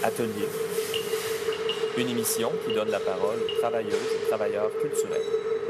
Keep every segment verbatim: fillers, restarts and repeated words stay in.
Atelier, une émission qui donne la parole aux travailleuses et travailleurs culturels.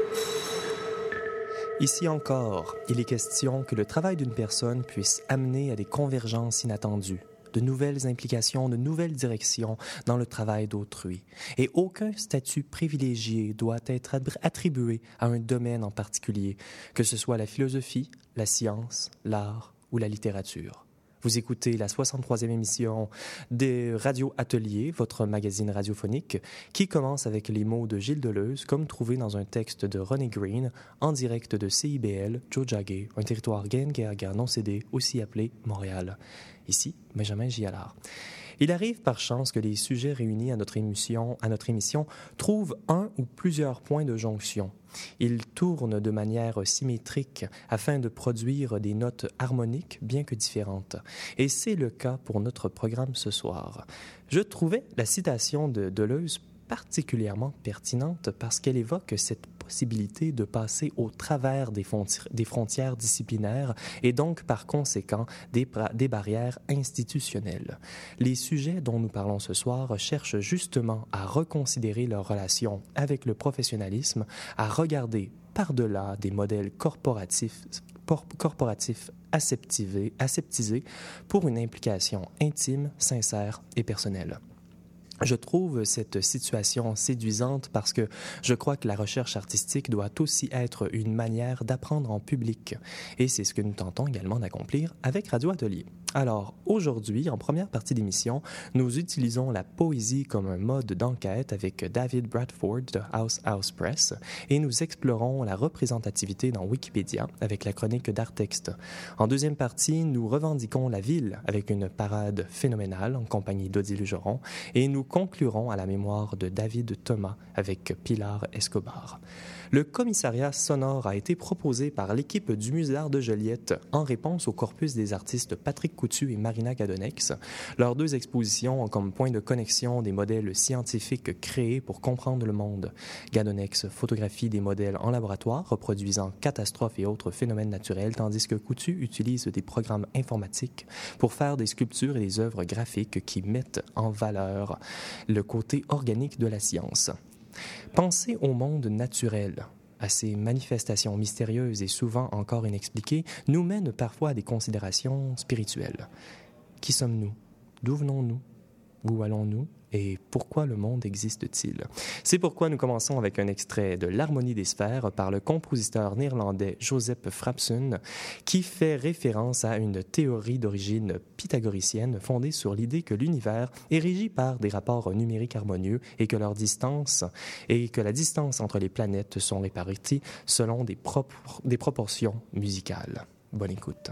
Ici encore, il est question que le travail d'une personne puisse amener à des convergences inattendues, de nouvelles implications, de nouvelles directions dans le travail d'autrui. Et aucun statut privilégié doit être attribué à un domaine en particulier, que ce soit la philosophie, la science, l'art ou la littérature. Vous écoutez la soixante-troisième émission de Radio Atelier, votre magazine radiophonique, qui commence avec les mots de Gilles Deleuze, comme trouvé dans un texte de René Green, en direct de C I B L, Tiohtià:ke, un territoire Kanien'kehá:ka non cédé, aussi appelé Montréal. Ici, Benjamin Giallard. Il arrive par chance que les sujets réunis à notre émission, à notre émission trouvent un ou plusieurs points de jonction. Ils tournent de manière symétrique afin de produire des notes harmoniques bien que différentes. Et c'est le cas pour notre programme ce soir. Je trouvais la citation de Deleuze particulièrement pertinente parce qu'elle évoque cette possibilité de passer au travers des, fonti- des frontières disciplinaires et donc, par conséquent, des, pra- des barrières institutionnelles. Les sujets dont nous parlons ce soir cherchent justement à reconsidérer leur relation avec le professionnalisme, à regarder par-delà des modèles corporatifs, por- corporatifs aseptisés, aseptisés pour une implication intime, sincère et personnelle. Je trouve cette situation séduisante parce que je crois que la recherche artistique doit aussi être une manière d'apprendre en public. Et c'est ce que nous tentons également d'accomplir avec Radio Atelier. Alors, aujourd'hui, en première partie d'émission, nous utilisons la poésie comme un mode d'enquête avec David Bradford de House House Press et nous explorons la représentativité dans Wikipédia avec la chronique d'Artexte. En deuxième partie, nous revendiquons la ville avec une parade phénoménale en compagnie d'Odile Geron et nous conclurons à la mémoire de David Thomas avec Pilar Escobar. Le commissariat sonore a été proposé par l'équipe du Musée d'art de Joliette en réponse au corpus des artistes Patrick Coutu et Marina Gadonex. Leurs deux expositions ont comme point de connexion des modèles scientifiques créés pour comprendre le monde. Gadonex photographie des modèles en laboratoire reproduisant catastrophes et autres phénomènes naturels, tandis que Coutu utilise des programmes informatiques pour faire des sculptures et des œuvres graphiques qui mettent en valeur le côté organique de la science. Penser au monde naturel, à ces manifestations mystérieuses et souvent encore inexpliquées, nous mène parfois à des considérations spirituelles. Qui sommes-nous? D'où venons-nous? Où allons-nous? Et pourquoi le monde existe-t-il? C'est pourquoi nous commençons avec un extrait de L'harmonie des sphères par le compositeur néerlandais Joseph Frapsson, qui fait référence à une théorie d'origine pythagoricienne fondée sur l'idée que l'univers est régi par des rapports numériques harmonieux et que leur distance et que la distance entre les planètes sont réparties selon des, propor- des proportions musicales. Bonne écoute.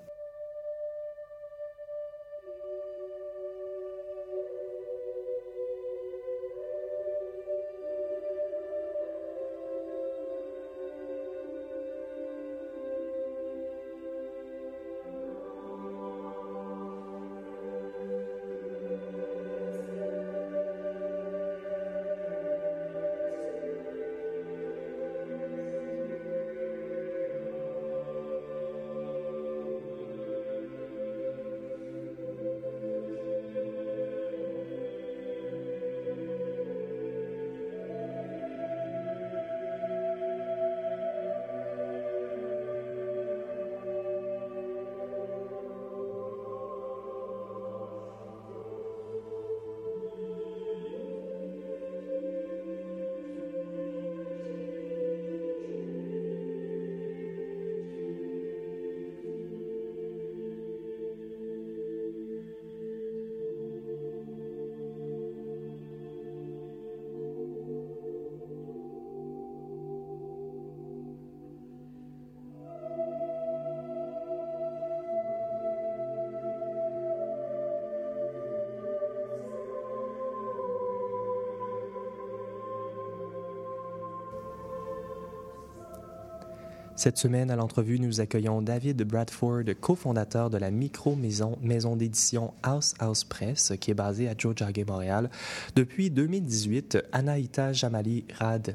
Cette semaine, à l'entrevue, nous accueillons David Bradford, cofondateur de la micro-maison maison d'édition House House Press, qui est basée à Tiohtià:ke, Montréal. Depuis deux mille dix-huit, Anaïta Jamali Rad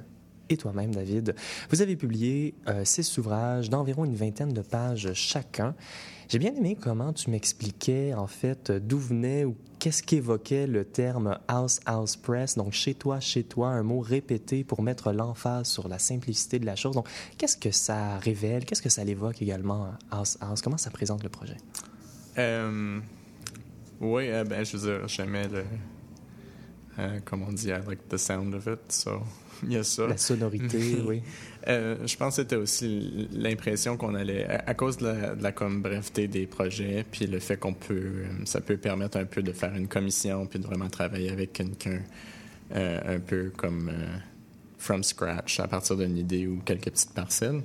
et toi-même, David. Vous avez publié euh, six ouvrages d'environ une vingtaine de pages chacun. J'ai bien aimé comment tu m'expliquais, en fait, d'où venait ou qu'est-ce qu'évoquait le terme « house, house press », donc « chez toi, chez toi », un mot répété pour mettre l'emphase sur la simplicité de la chose. Donc, qu'est-ce que ça révèle? Qu'est-ce que ça l'évoque également, « house, house ». Comment ça présente le projet? Euh, oui, euh, ben, je veux dire, j'aimais le... Euh, comme on dit, I like the sound of it, so il y a ça. La sonorité, oui. Euh, je pense que c'était aussi l'impression qu'on allait, à, à cause de la, de la comme breveté des projets, puis le fait qu'on peut, ça peut permettre un peu de faire une commission, puis de vraiment travailler avec quelqu'un euh, un peu comme euh, from scratch, à partir d'une idée ou quelques petites parcelles.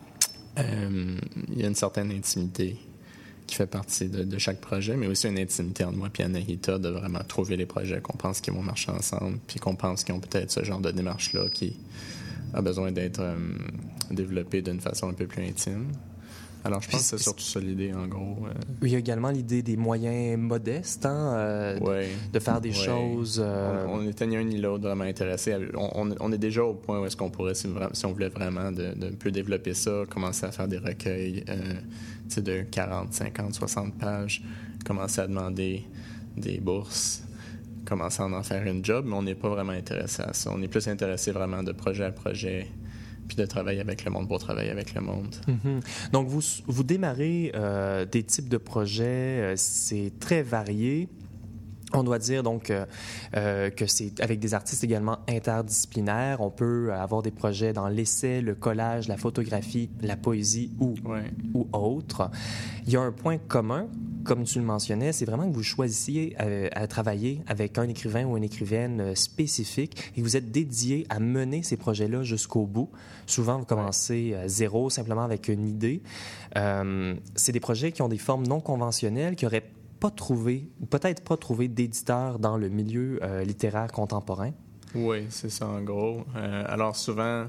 Euh, il y a une certaine intimité qui fait partie de, de chaque projet, mais aussi une intimité entre moi et Anahita de vraiment trouver les projets qu'on pense qu'ils vont marcher ensemble, puis qu'on pense qu'ils ont peut-être ce genre de démarche-là qui a besoin d'être euh, développé d'une façon un peu plus intime. Alors, je pense que c'est surtout ça l'idée, en gros. Euh... Il y a également l'idée des moyens modestes, hein, euh, ouais, de, de faire des ouais. choses... Euh... On, on était ni un ni l'autre vraiment intéressés. À, on, on est déjà au point où est-ce qu'on pourrait, si, si on voulait vraiment de, de un peu développer ça, commencer à faire des recueils euh, de quarante, cinquante, soixante pages, commencer à demander des bourses, commencer à en faire une job, mais on n'est pas vraiment intéressé à ça. On est plus intéressé vraiment de projet à projet, puis de travailler avec le monde pour travailler avec le monde. Mm-hmm. Donc, vous, vous démarrez euh, des types de projets, euh, c'est très varié. On doit dire donc euh, euh, que c'est avec des artistes également interdisciplinaires. On peut avoir des projets dans l'essai, le collage, la photographie, la poésie ou, ouais. ou autre. Il y a un point commun, comme tu le mentionnais, c'est vraiment que vous choisissiez à, à travailler avec un écrivain ou une écrivaine spécifique et vous êtes dédié à mener ces projets-là jusqu'au bout. Souvent, vous commencez à zéro, simplement avec une idée. Euh, c'est des projets qui ont des formes non conventionnelles, qui auraient pas trouvé, ou peut-être pas trouvé d'éditeur dans le milieu euh, littéraire contemporain. Oui, c'est ça en gros. Euh, alors souvent,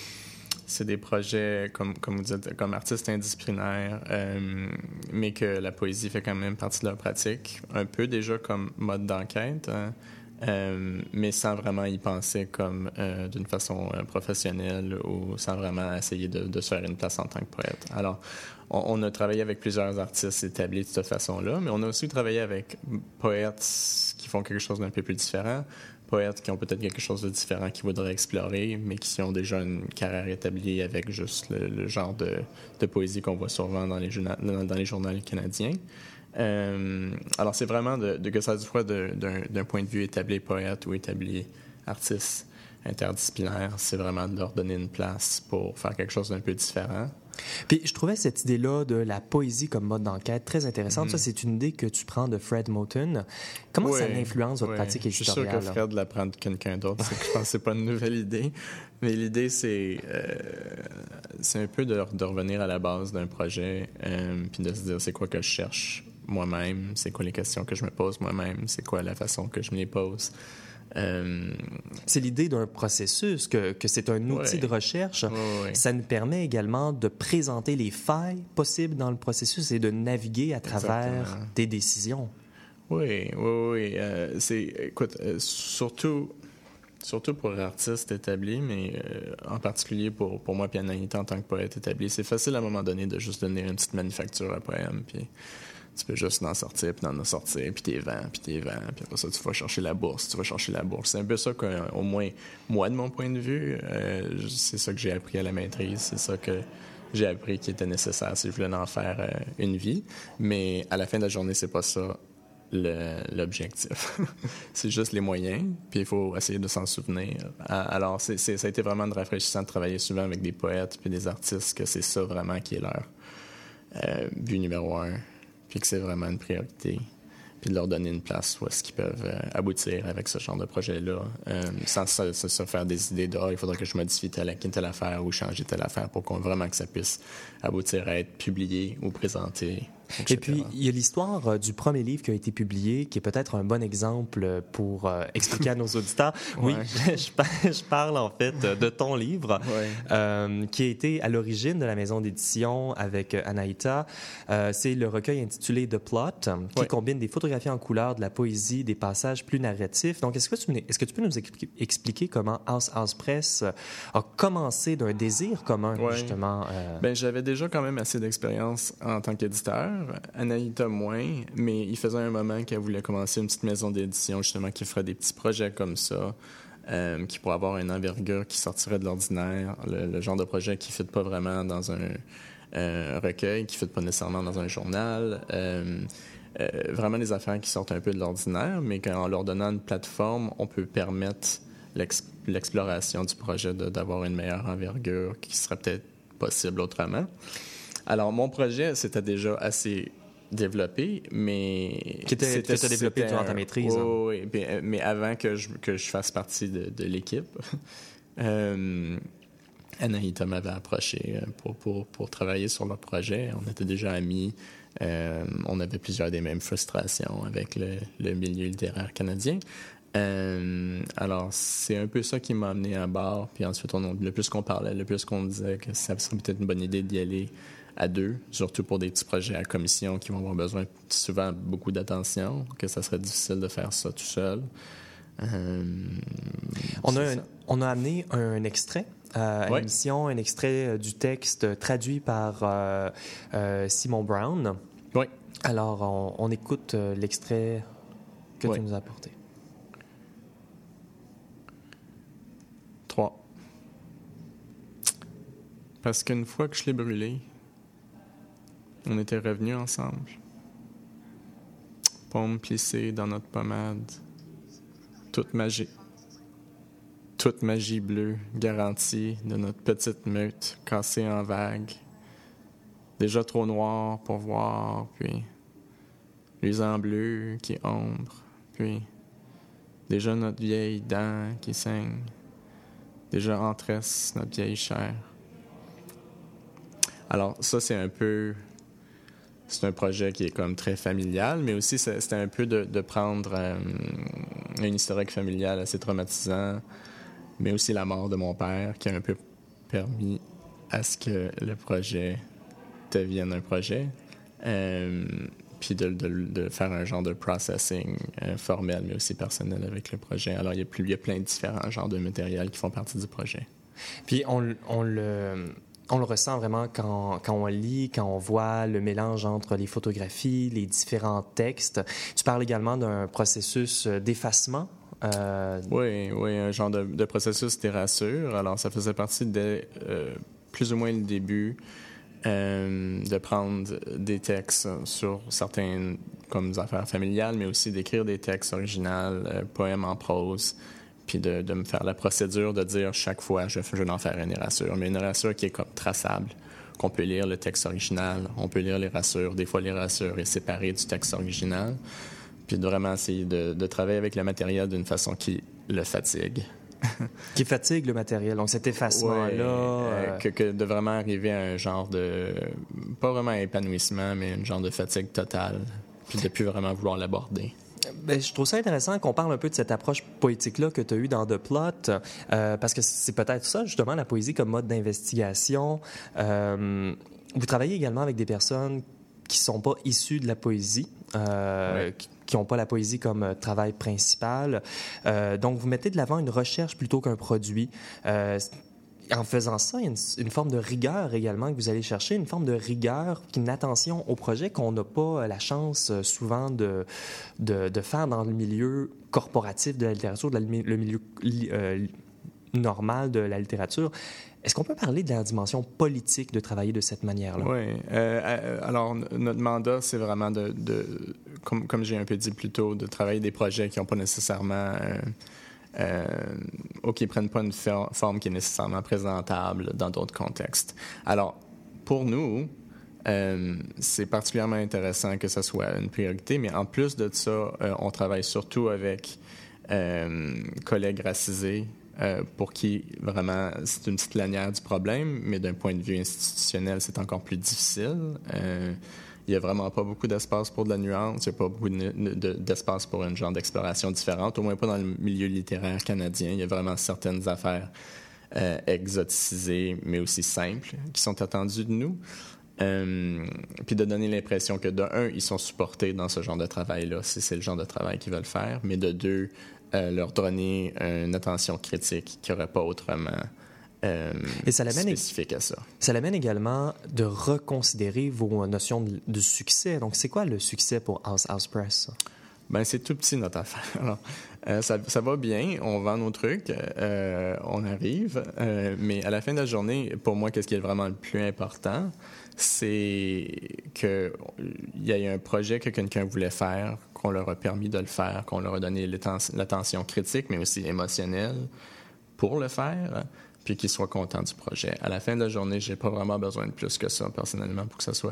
c'est des projets, comme, comme vous dites, comme artistes indisciplinaires, euh, mais que la poésie fait quand même partie de leur pratique, un peu déjà comme mode d'enquête, hein, euh, mais sans vraiment y penser comme euh, d'une façon euh, professionnelle ou sans vraiment essayer de, de se faire une place en tant que poète. Alors, on, on a travaillé avec plusieurs artistes établis de cette façon-là, mais on a aussi travaillé avec poètes qui font quelque chose d'un peu plus différent, poètes qui ont peut-être quelque chose de différent qu'ils voudraient explorer, mais qui ont déjà une carrière établie avec juste le, le genre de, de poésie qu'on voit souvent dans les, journal, dans les journaux canadiens. Euh, alors, c'est vraiment de, de que ça soit de, d'un, d'un point de vue établi poète ou établi artiste interdisciplinaire, c'est vraiment de leur donner une place pour faire quelque chose d'un peu différent. Puis je trouvais cette idée-là de la poésie comme mode d'enquête très intéressante. Mm. Ça, c'est une idée que tu prends de Fred Moten. Comment oui, ça influence votre oui. pratique éditoriale? Je suis sûr que Fred l'apprend de quelqu'un d'autre. C'est que je pense que c'est pas une nouvelle idée. Mais l'idée, c'est, euh, c'est un peu de, de revenir à la base d'un projet euh, puis de se dire c'est quoi que je cherche moi-même, c'est quoi les questions que je me pose moi-même, c'est quoi la façon que je me les pose. Euh... C'est l'idée d'un processus, que, que c'est un outil ouais. de recherche. Ouais, ouais. Ça nous permet également de présenter les failles possibles dans le processus et de naviguer à travers Exactement. Des décisions. Oui, oui, oui. Euh, c'est, écoute, euh, surtout, surtout pour l'artiste établi, mais euh, en particulier pour, pour moi, puis Anahita en tant que poète établi, c'est facile à un moment donné de juste donner une petite manufacture à poème, puis tu peux juste en sortir, puis d'en sortir, puis t'es vends, puis t'es vends, puis après ça, tu vas chercher la bourse, tu vas chercher la bourse. C'est un peu ça qu'au moins, moi, de mon point de vue, euh, c'est ça que j'ai appris à la maîtrise, c'est ça que j'ai appris qui était nécessaire si je voulais en faire euh, une vie. Mais à la fin de la journée, c'est pas ça le, l'objectif. C'est juste les moyens, puis il faut essayer de s'en souvenir. Alors, c'est, c'est, ça a été vraiment rafraîchissant de travailler souvent avec des poètes puis des artistes, que c'est ça vraiment qui est leur euh, but numéro un. Puis que c'est vraiment une priorité, puis de leur donner une place où est-ce qu'ils peuvent euh, aboutir avec ce genre de projet-là, euh, sans se, se, se faire des idées de « Ah, il faudrait que je modifie telle, telle affaire ou changer telle affaire pour qu'on vraiment que ça puisse aboutir à être publié ou présenté et cetera. Et puis, il y a l'histoire euh, du premier livre qui a été publié, qui est peut-être un bon exemple pour euh, expliquer à nos auditeurs. Oui, Ouais. je, je, par- je parle en fait de ton livre, Ouais. euh, qui a été à l'origine de la maison d'édition avec euh, Anaïta. Euh, c'est le recueil intitulé The Plot, qui Ouais. combine des photographies en couleur, de la poésie, des passages plus narratifs. Donc, est-ce que tu, est-ce que tu peux nous expliquer, expliquer comment House House Press a commencé d'un désir commun, Ouais. justement? Euh... Ben, j'avais déjà quand même assez d'expérience en tant qu'éditeur. Anaïta moins, mais il faisait un moment qu'elle voulait commencer une petite maison d'édition, justement, qui ferait des petits projets comme ça, euh, qui pourrait avoir une envergure qui sortirait de l'ordinaire, le, le genre de projet qui ne fit pas vraiment dans un euh, recueil, qui ne fit pas nécessairement dans un journal. Euh, euh, vraiment des affaires qui sortent un peu de l'ordinaire, mais qu'en leur donnant une plateforme, on peut permettre l'ex- l'exploration du projet de, d'avoir une meilleure envergure qui serait peut-être possible autrement. Alors, mon projet, c'était déjà assez développé, mais... Qui était, c'était, que tu as développé c'était durant un, ta maîtrise. Oui, hein. oui, puis, mais avant que je, que je fasse partie de, de l'équipe, euh, Anaïta m'avait approché pour, pour, pour travailler sur le projet. On était déjà amis. Euh, on avait plusieurs des mêmes frustrations avec le, le milieu littéraire canadien. Euh, alors, c'est un peu ça qui m'a amené à bord. Puis ensuite, on, le plus qu'on parlait, le plus qu'on disait que ça serait peut-être une bonne idée d'y aller à deux, surtout pour des petits projets à commission qui vont avoir besoin souvent beaucoup d'attention, que ça serait difficile de faire ça tout seul. Euh, on, a un, on a amené un extrait euh, à ouais. l'émission, un extrait du texte traduit par euh, euh, Simon Brown. Oui. Alors, on, on écoute euh, l'extrait que ouais. tu nous as apporté. Trois. Parce qu'une fois que je l'ai brûlé, on était revenus ensemble. Paume plissée dans notre pommade. Toute magie. Toute magie bleue, garantie de notre petite meute cassée en vagues. Déjà trop noir pour voir, puis luisant bleu qui ombre, puis déjà notre vieille dent qui saigne. Déjà en tresse notre vieille chair. Alors, ça, c'est un peu... C'est un projet qui est comme très familial, mais aussi, c'était un peu de, de prendre euh, un historique familial assez traumatisant, mais aussi la mort de mon père, qui a un peu permis à ce que le projet devienne un projet. Euh, puis de, de, de faire un genre de processing euh, formel, mais aussi personnel avec le projet. Alors, il y a, plus, il y a plein de différents genres de matériel qui font partie du projet. Puis, on, on le... On le ressent vraiment quand, quand on lit, quand on voit le mélange entre les photographies, les différents textes. Tu parles également d'un processus d'effacement. Euh... Oui, oui, un genre de, de processus d'érasure. Alors, ça faisait partie de euh, plus ou moins le début euh, de prendre des textes sur certaines comme des affaires familiales, mais aussi d'écrire des textes originaux, euh, poèmes en prose, puis de, de me faire la procédure de dire chaque fois, je, je vais en faire une érasure. Mais une érasure qui est comme traçable, qu'on peut lire le texte original, on peut lire l'érasure. Des fois, l'érasure est séparée du texte original. Puis de vraiment essayer de, de travailler avec le matériel d'une façon qui le fatigue. Qui fatigue le matériel. Donc, cet effacement-là... Ouais, euh, que, que de vraiment arriver à un genre de... Pas vraiment épanouissement, mais un genre de fatigue totale. Puis de ne plus vraiment vouloir l'aborder. Bien, je trouve ça intéressant qu'on parle un peu de cette approche poétique-là que tu as eue dans The Plot, euh, parce que c'est peut-être ça, justement, la poésie comme mode d'investigation. Euh, vous travaillez également avec des personnes qui ne sont pas issues de la poésie, euh, oui. qui n'ont pas la poésie comme travail principal. Euh, donc, vous mettez de l'avant une recherche plutôt qu'un produit. Euh, En faisant ça, il y a une, une forme de rigueur également que vous allez chercher, une forme de rigueur, une attention au projet qu'on n'a pas la chance souvent de, de, de faire dans le milieu corporatif de la littérature, dans le milieu euh, normal de la littérature. Est-ce qu'on peut parler de la dimension politique de travailler de cette manière-là? Oui. Euh, alors, notre mandat, c'est vraiment de, de comme, comme j'ai un peu dit plus tôt, de travailler des projets qui n'ont pas nécessairement... Euh, Euh, ou qui ne prennent pas une for- forme qui est nécessairement présentable dans d'autres contextes. Alors, pour nous, euh, c'est particulièrement intéressant que ça soit une priorité, mais en plus de ça, euh, on travaille surtout avec euh, collègues racisés euh, pour qui vraiment c'est une petite lanière du problème, mais d'un point de vue institutionnel, c'est encore plus difficile. Euh, il n'y a vraiment pas beaucoup d'espace pour de la nuance, il n'y a pas beaucoup de, de, d'espace pour un genre d'exploration différente, au moins pas dans le milieu littéraire canadien. Il y a vraiment certaines affaires euh, exoticisées, mais aussi simples, qui sont attendues de nous. Euh, puis de donner l'impression que, de un, ils sont supportés dans ce genre de travail-là, si c'est le genre de travail qu'ils veulent faire, mais de deux, euh, leur donner une attention critique qu'il n'y aurait pas autrement euh, Et ça l'amène spécifique à ça. Ça l'amène également de reconsidérer vos notions de, de succès. Donc, c'est quoi le succès pour House House Press? Ben c'est tout petit, notre affaire. Alors, euh, ça, ça va bien, on vend nos trucs, euh, on arrive, euh, mais à la fin de la journée, pour moi, qu'est-ce qui est vraiment le plus important? C'est qu'il y a eu un projet que quelqu'un voulait faire, qu'on leur a permis de le faire, qu'on leur a donné l'attention critique, mais aussi émotionnelle pour le faire, puis qu'ils soient contents du projet. À la fin de la journée, j'ai pas vraiment besoin de plus que ça, personnellement, pour que ça soit...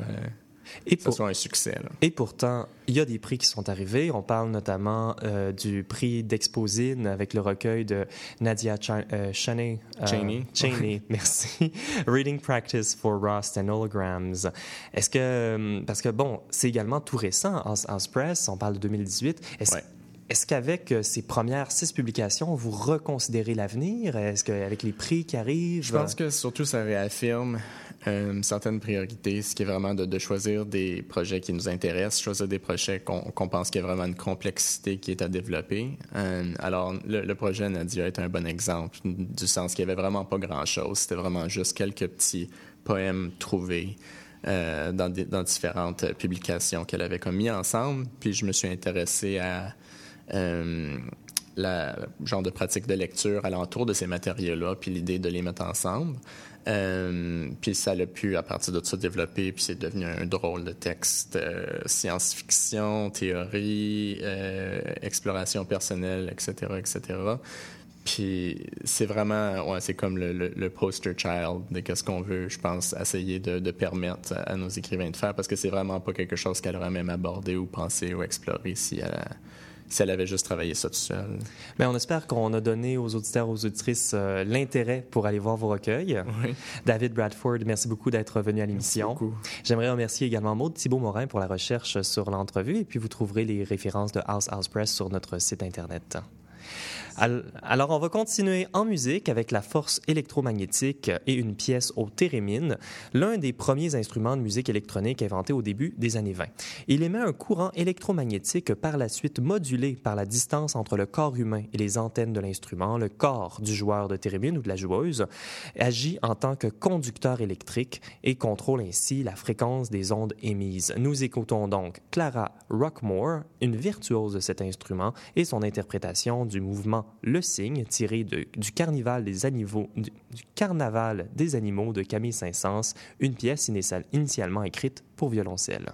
Et pour... ça soit un succès. Là. Et pourtant, il y a des prix qui sont arrivés. On parle notamment euh, du prix d'Exposine avec le recueil de Nadia Ch- euh, Cheney. Euh, Cheney. Cheney, merci. Reading Practice for Rust and Holograms. Est-ce que... Parce que, bon, c'est également tout récent, House, House Press, on parle de deux mille dix-huit. Est-ce, ouais. est-ce qu'avec ces premières six publications, vous reconsidérez l'avenir? Est-ce qu'avec les prix qui arrivent... Je pense que surtout, ça réaffirme Euh, certaines priorités, ce qui est vraiment de, de choisir des projets qui nous intéressent, choisir des projets qu'on, qu'on pense qu'il y a vraiment une complexité qui est à développer. Euh, alors, le, le projet Nadia est un bon exemple, du sens qu'il n'y avait vraiment pas grand-chose. C'était vraiment juste quelques petits poèmes trouvés euh, dans, des, dans différentes publications qu'elle avait comme mis ensemble. Puis je me suis intéressé à... Euh, la genre de pratique de lecture alentour de ces matériaux-là, puis l'idée de les mettre ensemble. Euh, puis ça l'a pu, à partir de ça, développer, puis c'est devenu un drôle de texte euh, science-fiction, théorie, euh, exploration personnelle, et cetera, et cetera. Puis c'est vraiment, ouais, c'est comme le, le, le poster child de qu'est-ce qu'on veut, je pense, essayer de, de permettre à, à nos écrivains de faire, parce que c'est vraiment pas quelque chose qu'elle aurait même abordé ou pensé ou exploré si elle a... si elle avait juste travaillé ça tout seul. Bien, on espère qu'on a donné aux auditeurs, aux auditrices euh, l'intérêt pour aller voir vos recueils. Oui. David Bradford, merci beaucoup d'être venu à l'émission. Merci beaucoup. J'aimerais remercier également Maude Thibault-Morin pour la recherche sur l'entrevue et puis vous trouverez les références de House House Press sur notre site Internet. Alors, on va continuer en musique avec la force électromagnétique et une pièce au thérémine, l'un des premiers instruments de musique électronique inventés au début des années vingt. Il émet un courant électromagnétique par la suite modulé par la distance entre le corps humain et les antennes de l'instrument. Le corps du joueur de thérémine ou de la joueuse agit en tant que conducteur électrique et contrôle ainsi la fréquence des ondes émises. Nous écoutons donc Clara Rockmore, une virtuose de cet instrument, et son interprétation du mouvement Le Cygne, tiré de, du, carnaval des animaux, du, du Carnaval des animaux de Camille Saint-Saëns, une pièce initial, initialement écrite pour violoncelle.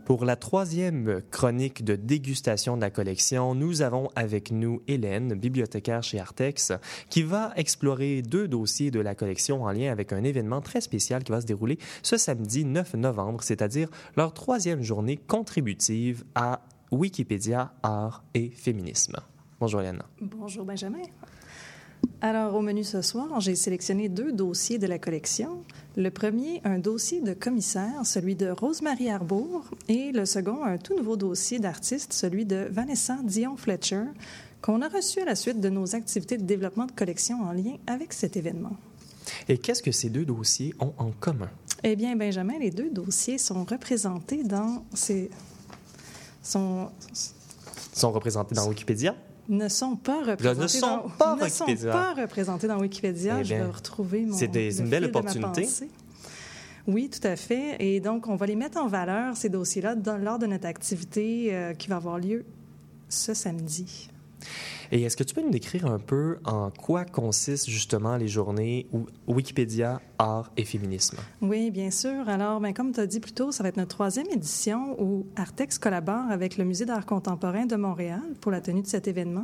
Pour la troisième chronique de dégustation de la collection, nous avons avec nous Hélène, bibliothécaire chez Artex, qui va explorer deux dossiers de la collection en lien avec un événement très spécial qui va se dérouler ce samedi neuf novembre, c'est-à-dire leur troisième journée contributive à Wikipédia, art et féminisme. Bonjour Hélène. Bonjour Benjamin. Alors, au menu ce soir, j'ai sélectionné deux dossiers de la collection. Le premier, un dossier de commissaire, celui de Rosemarie Arbour, et le second, un tout nouveau dossier d'artiste, celui de Vanessa Dion-Fletcher, qu'on a reçu à la suite de nos activités de développement de collection en lien avec cet événement. Et qu'est-ce que ces deux dossiers ont en commun? Eh bien, Benjamin, les deux dossiers sont représentés dans ces... sont... sont représentés dans Wikipédia? ne sont pas représentés, ne sont dans, pas ne sont Wikipédia. pas représentés dans Wikipédia. Eh bien, je vais retrouver mon c'est des, le une belle fil de ma opportunité. pensée. Oui, tout à fait. Et donc, on va les mettre en valeur, ces dossiers-là, dans, lors de notre activité euh, qui va avoir lieu ce samedi. Et est-ce que tu peux nous décrire un peu en quoi consistent justement les journées Wikipédia, art et féminisme? Oui, bien sûr. Alors, ben, comme tu as dit plus tôt, ça va être notre troisième édition où Artex collabore avec le Musée d'art contemporain de Montréal pour la tenue de cet événement.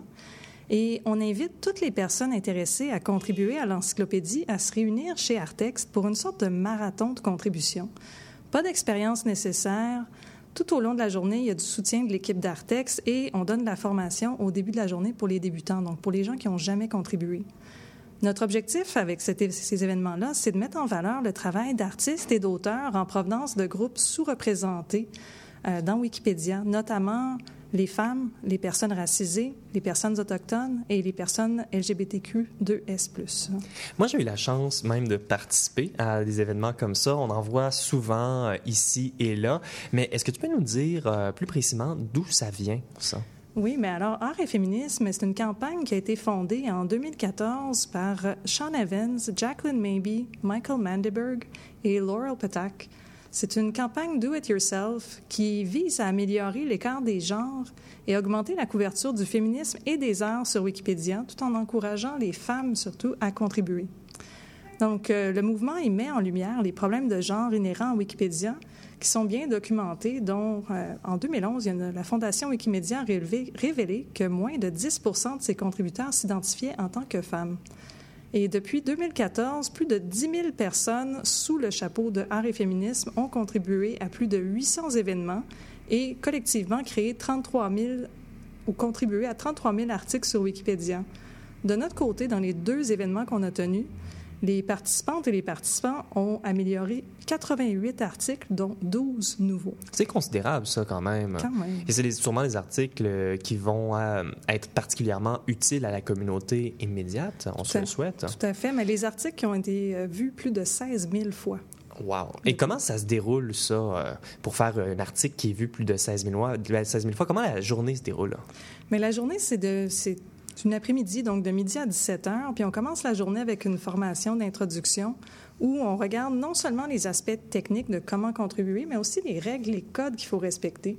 Et on invite toutes les personnes intéressées à contribuer à l'encyclopédie à se réunir chez Artex pour une sorte de marathon de contribution. Pas d'expérience nécessaire. Tout au long de la journée, il y a du soutien de l'équipe d'Artex et on donne de la formation au début de la journée pour les débutants, donc pour les gens qui n'ont jamais contribué. Notre objectif avec cet, ces événements-là, c'est de mettre en valeur le travail d'artistes et d'auteurs en provenance de groupes sous-représentés euh, dans Wikipédia, notamment les femmes, les personnes racisées, les personnes autochtones et les personnes L G B T Q deux S plus. Moi, j'ai eu la chance même de participer à des événements comme ça. On en voit souvent euh, ici et là. Mais est-ce que tu peux nous dire euh, plus précisément d'où ça vient, ça? Oui, mais alors, Art et féminisme, c'est une campagne qui a été fondée en deux mille quatorze par Sean Evans, Jacqueline Mabey, Michael Mandiberg et Laurel Patak. C'est une campagne do-it-yourself qui vise à améliorer l'écart des genres et augmenter la couverture du féminisme et des arts sur Wikipédia, tout en encourageant les femmes, surtout, à contribuer. Donc, euh, le mouvement, il met en lumière les problèmes de genre inhérents à Wikipédia qui sont bien documentés, dont, euh, en deux mille onze, il y a une, la Fondation Wikimedia a révélé, révélé que moins de dix pour cent de ses contributeurs s'identifiaient en tant que femmes. Et depuis deux mille quatorze, plus de dix mille personnes sous le chapeau de Art et féminisme ont contribué à plus de huit cents événements et collectivement créé trente-trois mille ou contribué à trente-trois mille articles sur Wikipédia. De notre côté, dans les deux événements qu'on a tenus, les participantes et les participants ont amélioré quatre-vingt-huit articles, dont douze nouveaux. C'est considérable, ça, quand même. Quand même. Et c'est les, sûrement des articles qui vont euh, être particulièrement utiles à la communauté immédiate. On se le souhaite. Tout à fait, mais les articles qui ont été euh, vus plus de seize mille fois. Wow! Et comment ça se déroule, ça, euh, pour faire un article qui est vu plus de seize mille fois? Comment la journée se déroule? Mais la journée, c'est de... C'est... C'est une après-midi, donc de midi à dix-sept heures, puis on commence la journée avec une formation d'introduction où on regarde non seulement les aspects techniques de comment contribuer, mais aussi les règles, les codes qu'il faut respecter.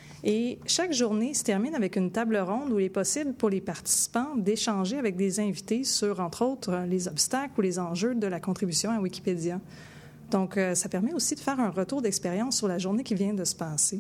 Et chaque journée se termine avec une table ronde où il est possible pour les participants d'échanger avec des invités sur, entre autres, les obstacles ou les enjeux de la contribution à Wikipédia. Donc, ça permet aussi de faire un retour d'expérience sur la journée qui vient de se passer.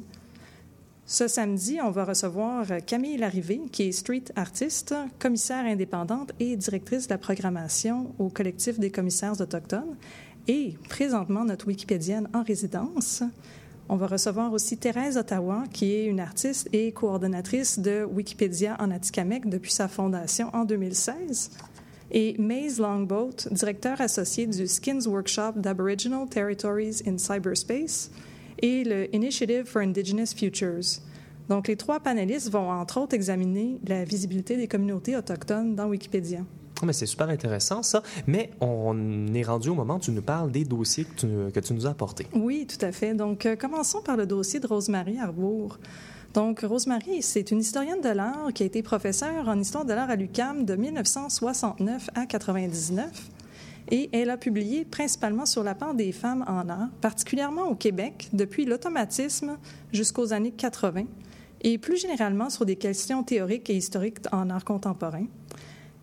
Ce samedi, on va recevoir Camille Larrivée, qui est street artiste, commissaire indépendante et directrice de la programmation au collectif des commissaires autochtones, et présentement notre Wikipédienne en résidence. On va recevoir aussi Thérèse Ottawa, qui est une artiste et coordonnatrice de Wikipédia en Atikamekw depuis sa fondation en deux mille seize. Et Maze Longboat, directeur associé du Skins Workshop d'Aboriginal Territories in Cyberspace, et le Initiative for Indigenous Futures. Donc, les trois panélistes vont, entre autres, examiner la visibilité des communautés autochtones dans Wikipédia. Oh, mais c'est super intéressant, ça. Mais on est rendu au moment où tu nous parles des dossiers que tu, que tu nous as apportés. Oui, tout à fait. Donc, euh, commençons par le dossier de Rosemarie Arbour. Donc, Rosemarie, c'est une historienne de l'art qui a été professeure en histoire de l'art à l'U Q A M de mille neuf cent soixante-neuf à quatre-vingt-dix-neuf. Et elle a publié principalement sur la part des femmes en art, particulièrement au Québec, depuis l'automatisme jusqu'aux années quatre-vingt, et plus généralement sur des questions théoriques et historiques en art contemporain.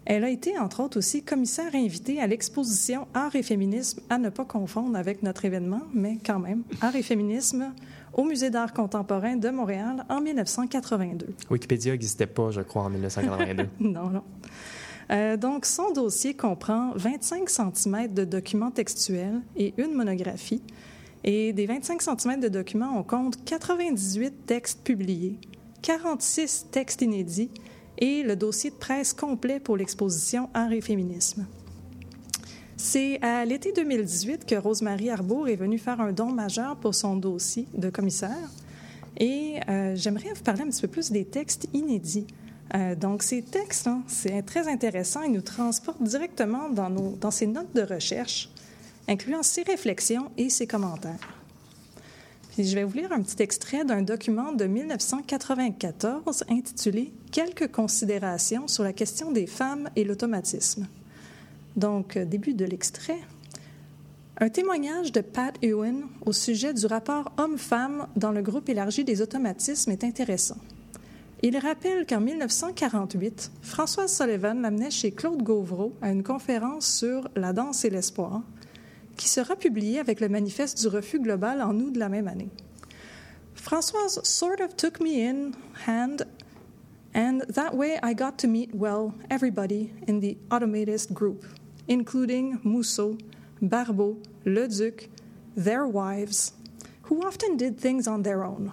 Elle a été, entre autres, aussi commissaire invitée à l'exposition Art et féminisme, à ne pas confondre avec notre événement, mais quand même, Art et féminisme au Musée d'art contemporain de Montréal en mille neuf cent quatre-vingt-deux. Wikipédia n'existait pas, je crois, en mille neuf cent quatre-vingt-deux. non, non. Euh, donc, son dossier comprend vingt-cinq centimètres de documents textuels et une monographie. Et des vingt-cinq centimètres de documents, on compte quatre-vingt-dix-huit textes publiés, quarante-six textes inédits et le dossier de presse complet pour l'exposition Art et féminisme. C'est à l'été deux mille dix-huit que Rose-Marie Arbour est venue faire un don majeur pour son dossier de commissaire. Et euh, j'aimerais vous parler un petit peu plus des textes inédits. Euh, donc, ces textes, hein, c'est très intéressant. Ils nous transportent directement dans, nos, dans ses notes de recherche, incluant ses réflexions et ses commentaires. Puis, je vais vous lire un petit extrait d'un document de mille neuf cent quatre-vingt-quatorze intitulé « Quelques considérations sur la question des femmes et l'automatisme ». Donc, début de l'extrait. Un témoignage de Pat Ewen au sujet du rapport homme-femme dans le groupe élargi des automatismes est intéressant. Il rappelle qu'en mille neuf cent quarante-huit, Françoise Sullivan l'amenait chez Claude Gauvreau à une conférence sur la danse et l'espoir, qui sera publiée avec le manifeste du refus global en août de la même année. Françoise sort of took me in hand, and that way I got to meet, well, everybody in the automatist group, including Mousseau, Barbeau, Leduc, their wives, who often did things on their own.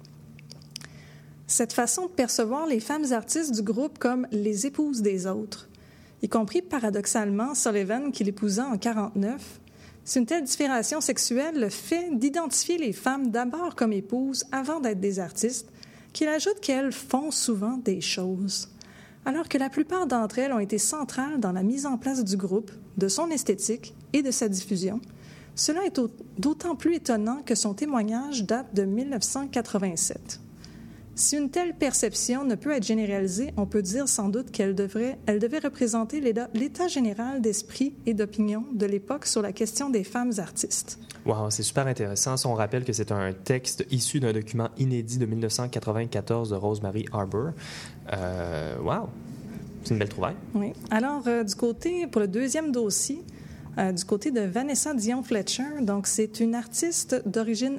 Cette façon de percevoir les femmes artistes du groupe comme les épouses des autres, y compris paradoxalement Sullivan qui l'épousa en quarante-neuf, c'est une telle différenciation sexuelle le fait d'identifier les femmes d'abord comme épouses avant d'être des artistes, qu'il ajoute qu'elles font souvent des choses, alors que la plupart d'entre elles ont été centrales dans la mise en place du groupe, de son esthétique et de sa diffusion. Cela est d'autant plus étonnant que son témoignage date de mille neuf cent quatre-vingt-sept. Si une telle perception ne peut être généralisée, on peut dire sans doute qu'elle devrait, elle devait représenter l'état général d'esprit et d'opinion de l'époque sur la question des femmes artistes. Wow, c'est super intéressant. Si on rappelle que c'est un texte issu d'un document inédit de mille neuf cent quatre-vingt-quatorze de Rose-Marie Arbour. Euh, wow, c'est une belle trouvaille. Oui. Alors, euh, du côté, pour le deuxième dossier, euh, du côté de Vanessa Dion-Fletcher, donc c'est une artiste d'origine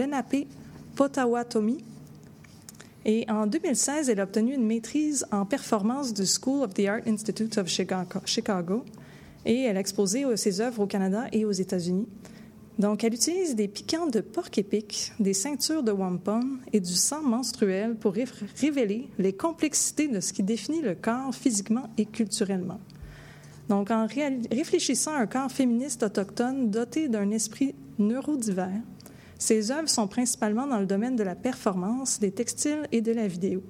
Lenape-Potawatomi. Et en deux mille seize, elle a obtenu une maîtrise en performance du School of the Art Institute of Chicago. Et elle a exposé ses œuvres au Canada et aux États-Unis. Donc, elle utilise des piquants de porc-épic, des ceintures de wampum et du sang menstruel pour ré- révéler les complexités de ce qui définit le corps physiquement et culturellement. Donc, en ré- réfléchissant à un corps féministe autochtone doté d'un esprit neurodivers, ses œuvres sont principalement dans le domaine de la performance, des textiles et de la vidéo.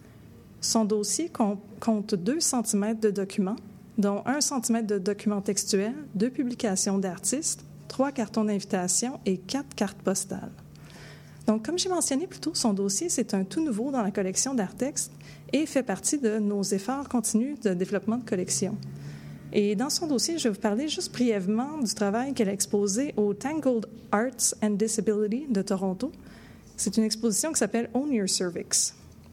Son dossier com- compte deux centimètres de documents, dont un centimètre de documents textuels, deux publications d'artistes, trois cartons d'invitation et quatre cartes postales. Donc, comme j'ai mentionné plus tôt, son dossier, c'est un tout nouveau dans la collection d'Artexte et fait partie de nos efforts continus de développement de collection. Et dans son dossier, je vais vous parler juste brièvement du travail qu'elle a exposé au Tangled Arts and Disability de Toronto. C'est une exposition qui s'appelle Own Your Cervix.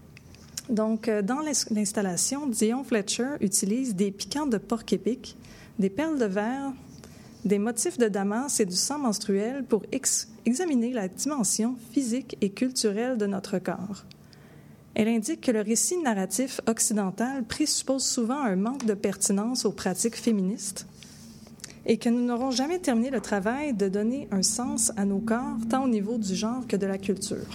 Donc, dans l'installation, Dion Fletcher utilise des piquants de porc-épic, des perles de verre, des motifs de damas et du sang menstruel pour ex- examiner la dimension physique et culturelle de notre corps. Elle indique que le récit narratif occidental présuppose souvent un manque de pertinence aux pratiques féministes et que nous n'aurons jamais terminé le travail de donner un sens à nos corps, tant au niveau du genre que de la culture.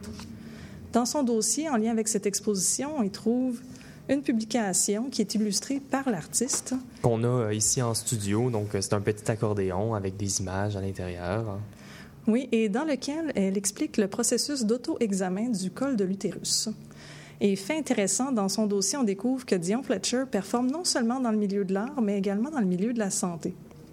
Dans son dossier, en lien avec cette exposition, on y trouve une publication qui est illustrée par l'artiste. Qu'on a ici en studio, donc c'est un petit accordéon avec des images à l'intérieur. Oui, et dans lequel elle explique le processus d'auto-examen du col de l'utérus. Et fait intéressant, dans son dossier, on découvre que Dion Fletcher performe non seulement dans le milieu de l'art, mais également dans le milieu de la santé.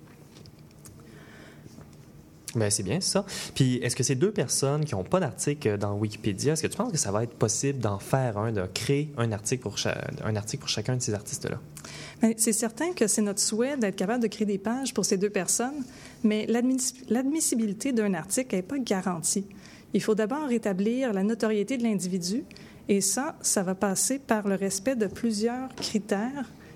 Bien, c'est bien ça. Puis, est-ce que ces deux personnes qui n'ont pas d'article dans Wikipédia, est-ce que tu penses que ça va être possible d'en faire un, de créer un article pour, cha- un article pour chacun de ces artistes-là? Bien, c'est certain que c'est notre souhait d'être capable de créer des pages pour ces deux personnes, mais l'admiss- l'admissibilité d'un article n'est pas garantie. Il faut d'abord rétablir la notoriété de l'individu, et ça, ça va passer par le respect de plusieurs critères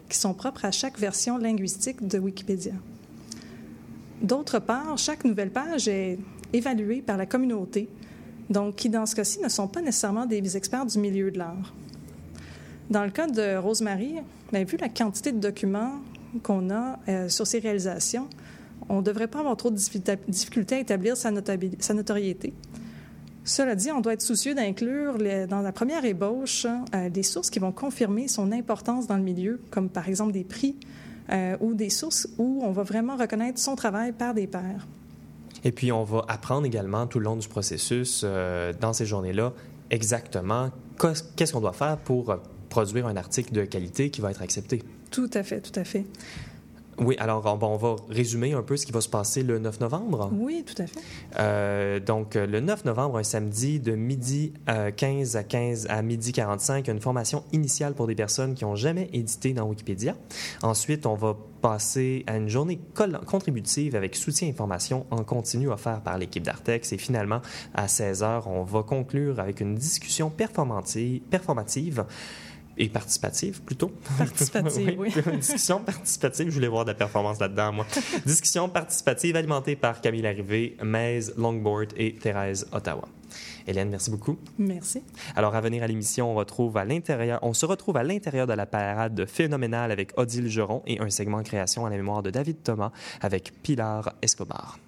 qui sont propres à chaque version linguistique de Wikipédia. D'autre part, chaque nouvelle page est évaluée par la communauté, donc qui, dans ce cas-ci, ne sont pas nécessairement des experts du milieu de l'art. Dans le cas de Rosemary, bien, vu la quantité de documents qu'on a euh, sur ses réalisations, on ne devrait pas avoir trop de difficultés à établir sa, sa notoriété. Cela dit, on doit être soucieux d'inclure les, dans la première ébauche euh, des sources qui vont confirmer son importance dans le milieu, comme par exemple des prix euh, ou des sources où on va vraiment reconnaître son travail par des pairs. Et puis, on va apprendre également tout le long du processus, euh, dans ces journées-là, exactement qu'est-ce qu'on doit faire pour produire un article de qualité qui va être accepté. Tout à fait, tout à fait. Oui, alors on, on va résumer un peu ce qui va se passer le neuf novembre. Oui, tout à fait. Euh, donc, le neuf novembre, un samedi, de midi euh, quinze à quinze à midi quarante-cinq, une formation initiale pour des personnes qui n'ont jamais édité dans Wikipédia. Ensuite, on va passer à une journée contributive avec soutien et information en continu offert par l'équipe d'Artex. Et finalement, à seize heures, on va conclure avec une discussion performative, performative et participative, plutôt. Participative, oui. oui. Une discussion participative, je voulais voir de la performance là-dedans, moi. Discussion participative alimentée par Camille Larrivé, Maise Longboard et Thérèse Ottawa. Hélène, merci beaucoup. Merci. Alors, à venir à l'émission, on, retrouve à l'intérieur, on se retrouve à l'intérieur de la parade phénoménale avec Odile Geron et un segment création à la mémoire de David Thomas avec Pilar Escobar.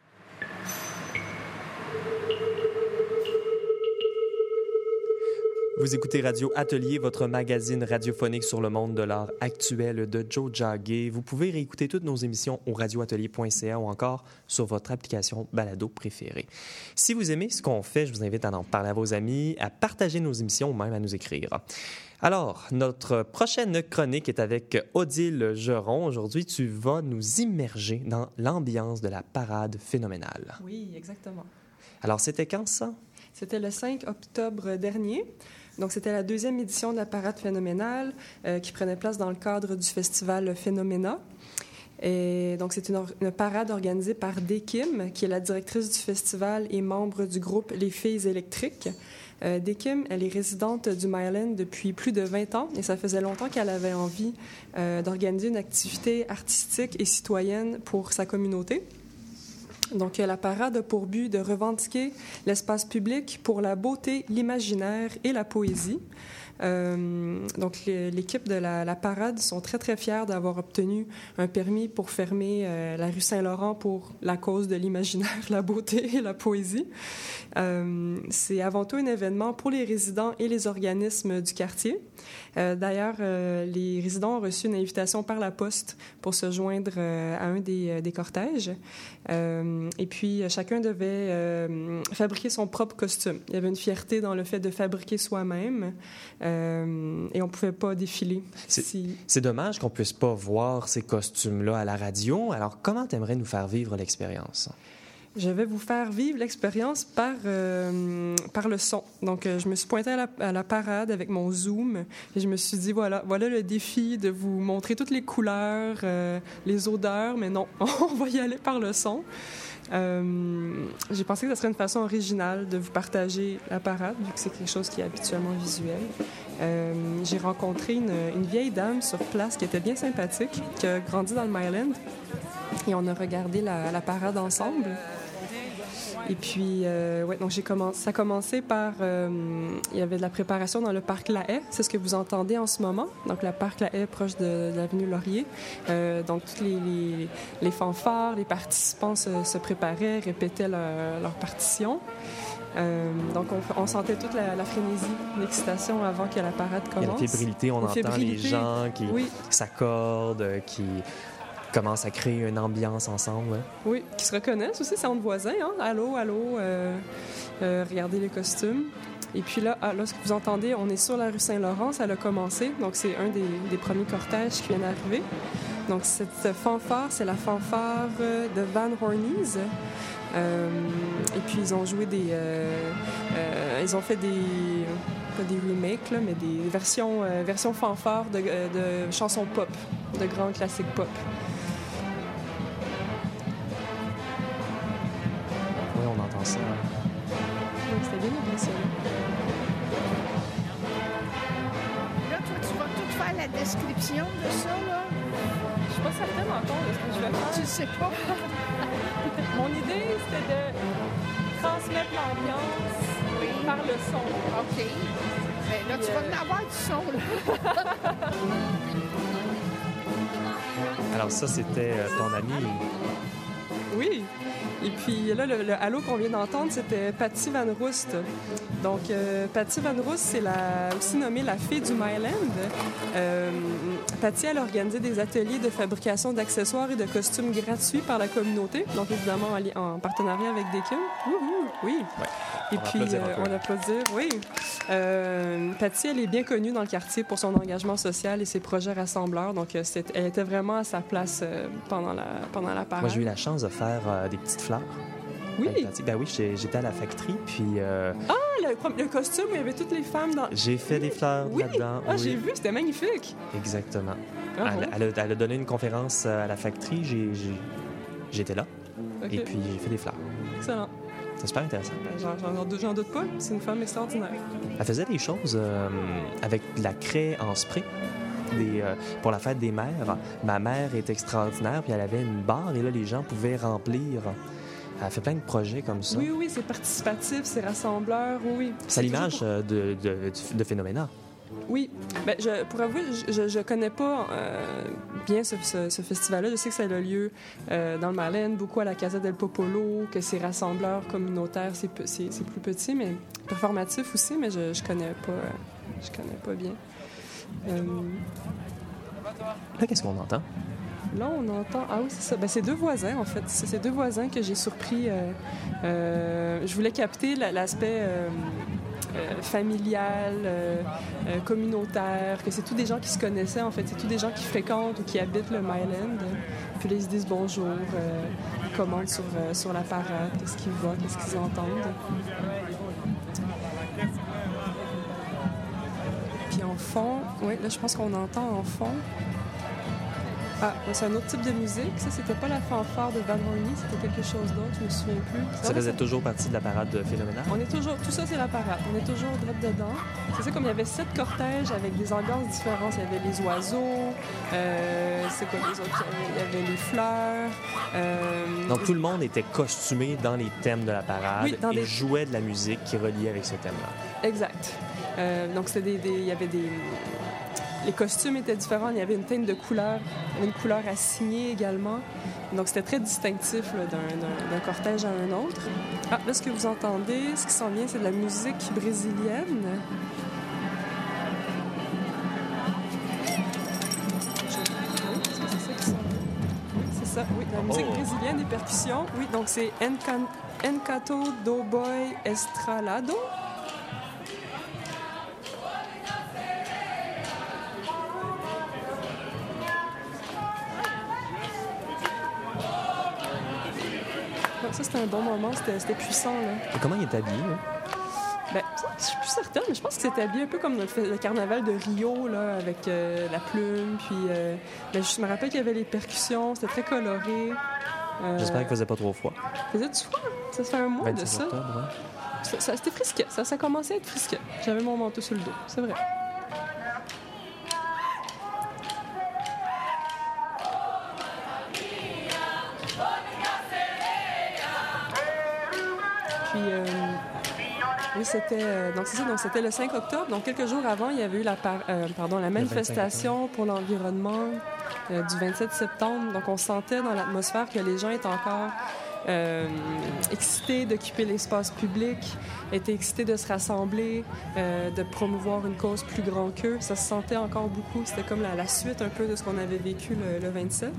Vous écoutez Radio Atelier, votre magazine radiophonique sur le monde de l'art actuel de Joe Jagger. Vous pouvez réécouter toutes nos émissions au radio atelier point c a ou encore sur votre application balado préférée. Si vous aimez ce qu'on fait, je vous invite à en parler à vos amis, à partager nos émissions ou même à nous écrire. Alors, notre prochaine chronique est avec Odile Geron. Aujourd'hui, tu vas nous immerger dans l'ambiance de la parade phénoménale. Oui, exactement. Alors, c'était quand ça? C'était le cinq octobre dernier. Donc, c'était la deuxième édition de la Parade phénoménale euh, qui prenait place dans le cadre du festival Phénoména. Et donc, c'est une, or- une parade organisée par Dee Kim, qui est la directrice du festival et membre du groupe Les Filles électriques. Euh, Dee Kim, elle est résidente du Myland depuis plus de vingt ans et ça faisait longtemps qu'elle avait envie euh, d'organiser une activité artistique et citoyenne pour sa communauté. Donc, la parade a pour but de revendiquer l'espace public pour la beauté, l'imaginaire et la poésie. Euh, donc, l'équipe de la, la parade sont très, très fiers d'avoir obtenu un permis pour fermer euh, la rue Saint-Laurent pour la cause de l'imaginaire, la beauté et la poésie. Euh, c'est avant tout un événement pour les résidents et les organismes du quartier. Euh, D'ailleurs, euh, les résidents ont reçu une invitation par la poste pour se joindre euh, à un des, des cortèges. Euh, et puis, chacun devait euh, fabriquer son propre costume. Il y avait une fierté dans le fait de fabriquer soi-même. Euh, et on ne pouvait pas défiler. C'est si... c'est dommage qu'on ne puisse pas voir ces costumes-là à la radio. Alors, comment tu aimerais nous faire vivre l'expérience? Je vais vous faire vivre l'expérience par, euh, par le son. Donc, euh, je me suis pointée à la, à la parade avec mon Zoom et je me suis dit, voilà, voilà le défi de vous montrer toutes les couleurs, euh, les odeurs, mais non, on va y aller par le son. Euh, j'ai pensé que ce serait une façon originale de vous partager la parade, vu que c'est quelque chose qui est habituellement visuel. Euh, j'ai rencontré une, une vieille dame sur place qui était bien sympathique, qui a grandi dans le Myland, et on a regardé la, la parade ensemble. Et puis, euh, ouais, donc j'ai commencé, ça a commencé par, euh, il y avait de la préparation dans le parc La Haye, c'est ce que vous entendez en ce moment. Donc, le parc La Haye, proche de, de l'avenue Laurier. Euh, donc, tous les, les, les fanfares, les participants se, se préparaient, répétaient leur, leur partition. Euh, donc, on, on sentait toute la, la frénésie, l'excitation avant que la parade commence. Il y a la fébrilité, on Une entend fébrilité. les gens qui Oui. s'accordent, qui commencent à créer une ambiance ensemble. Hein? Oui, qui se reconnaissent aussi, c'est entre voisins. Hein? Allô, allô, euh, euh, regardez les costumes. Et puis là, ah, là, ce que vous entendez, on est sur la rue Saint-Laurent, ça a commencé. Donc, c'est un des, des premiers cortèges qui vient d'arriver. Donc, cette fanfare, c'est la fanfare de Van Hornies. Euh, et puis, ils ont joué des... Euh, euh, ils ont fait des... pas des remakes, là, mais des versions, euh, versions fanfare de, de chansons pop, de grands classiques pop. Oui, on entend ça. Donc, c'était bien impressionnant. Là, toi, tu vas tout faire la description de ça, là? Je suis pas certaine encore de ce que je vais faire. Tu sais pas? Mon idée, c'était de transmettre l'ambiance Oui. par le son. OK. Mais là, tu vas en avoir du son, là. Alors ça, c'était euh, ton ami. Oui. Et puis là, le, le halo qu'on vient d'entendre, c'était Patty Van Roost. Donc, euh, Patty Van Roost, c'est la, aussi nommée la fée du Myland. Euh, Patty, elle a organisé des ateliers de fabrication d'accessoires et de costumes gratuits par la communauté. Donc, évidemment, en, en partenariat avec Deakin. Wouhou, oui. Ouais. Et On puis, applaudir un euh, peu. on applaudit, oui. Euh, Patty, elle est bien connue dans le quartier pour son engagement social et ses projets rassembleurs. Donc, euh, c'est- elle était vraiment à sa place euh, pendant la, pendant la parade. Moi, j'ai eu la chance de faire euh, des petites fleurs. Oui. avec Patty. Ben oui, j'ai- j'étais à la factory, puis euh, Ah, le, le costume où il y avait toutes les femmes dans... j'ai fait des fleurs Oui. là-dedans. Ah, oui. j'ai vu, c'était magnifique. Exactement. Ah, elle, bon. elle a, elle a donné une conférence à la factory, j'ai- j'ai- j'étais là, OK. et puis j'ai fait des fleurs. Excellent. C'est super intéressant. Ben, j'en, j'en doute- j'en doute pas. C'est une femme extraordinaire. Elle faisait des choses euh, avec de la craie en spray. Des, euh, pour la fête des mères, ma mère est extraordinaire, puis elle avait une barre, et là, les gens pouvaient remplir. Elle a fait plein de projets comme ça. Oui, oui, c'est participatif, c'est rassembleur, oui, oui. C'est à l'image toujours euh, de, de, de Phénoména. pour- Oui. Ben, je, pour avouer, je, je, je connais pas euh, bien ce, ce, ce festival-là. Je sais que ça a lieu euh, dans le Myland, beaucoup à la Casa del Popolo, que c'est rassembleur communautaire, c'est, pe- c'est, c'est plus petit, mais performatif aussi, mais je, je connais pas, euh, je connais pas bien. Euh, Là, qu'est-ce qu'on entend? Là, on entend... Ah oui, c'est ça. Ben, c'est deux voisins, en fait. C'est ces deux voisins que j'ai surpris. Euh, euh, je voulais capter la- l'aspect euh, euh, familial, euh, euh, communautaire, que c'est tous des gens qui se connaissaient, en fait. C'est tous des gens qui fréquentent ou qui habitent le Myland. Puis là, ils se disent bonjour, euh, ils commentent sur, euh, sur la parade, qu'est-ce qu'ils voient, qu'est-ce qu'ils entendent. Puis en fond, oui, là, je pense qu'on entend en fond... Ah, c'est un autre type de musique. Ça, c'était pas la fanfare de Van Horny, c'était quelque chose d'autre, je me souviens plus. Ça Ouais, faisait c'est- toujours partie de la parade de Phénoména. On est toujours... Tout ça, c'est la parade. On est toujours droit dedans. C'est ça, comme il y avait sept cortèges avec des ambiances différentes. Il y avait les oiseaux, euh, c'est quoi les autres? Il y avait les fleurs. euh, Donc, tout le monde était costumé dans les thèmes de la parade Oui, dans et des- jouait de la musique qui reliait avec ce thème-là. Exact. Euh, donc, c'était des, des- il y avait des... Les costumes étaient différents. Il y avait une teinte de couleur, une couleur assignée également. Donc, c'était très distinctif là, d'un, d'un- d'un cortège à un autre. Ah, là, ce que vous entendez, ce qui s'en vient, c'est de la musique brésilienne. Je- Oui, est-ce que c'est ça qui s'en vient? Oui, c'est ça. Oui, la musique Oh. brésilienne, des percussions. Oui, donc c'est Encan... Encanto do Boy Estralado. Donc ça, c'était un bon moment, c'était, c'était puissant, là. Et comment il est habillé, là? Ben, ça, je suis plus certaine, mais je pense que c'était habillé un peu comme le, le carnaval de Rio, là, avec euh, la plume, puis... euh, ben, je me rappelle qu'il y avait les percussions, c'était très coloré. Euh, J'espère qu'il faisait pas trop froid. faisait du froid, ça fait un mois de vingt-six ça. octobre, hein? Ça, ça- C'était frisquet, ça, ça commençait à être frisquet. J'avais mon manteau sur le dos, c'est vrai. Puis, euh, oui, c'était euh, donc c'est ça, donc c'était le cinq octobre. Donc quelques jours avant, il y avait eu la par- euh, pardon la manifestation pour l'environnement euh, du vingt-sept septembre. Donc on sentait dans l'atmosphère que les gens étaient encore euh, excités d'occuper l'espace public, étaient excités de se rassembler, euh, de promouvoir une cause plus grande qu'eux. Ça se sentait encore beaucoup. C'était comme la, la suite un peu de ce qu'on avait vécu le, le vingt-sept.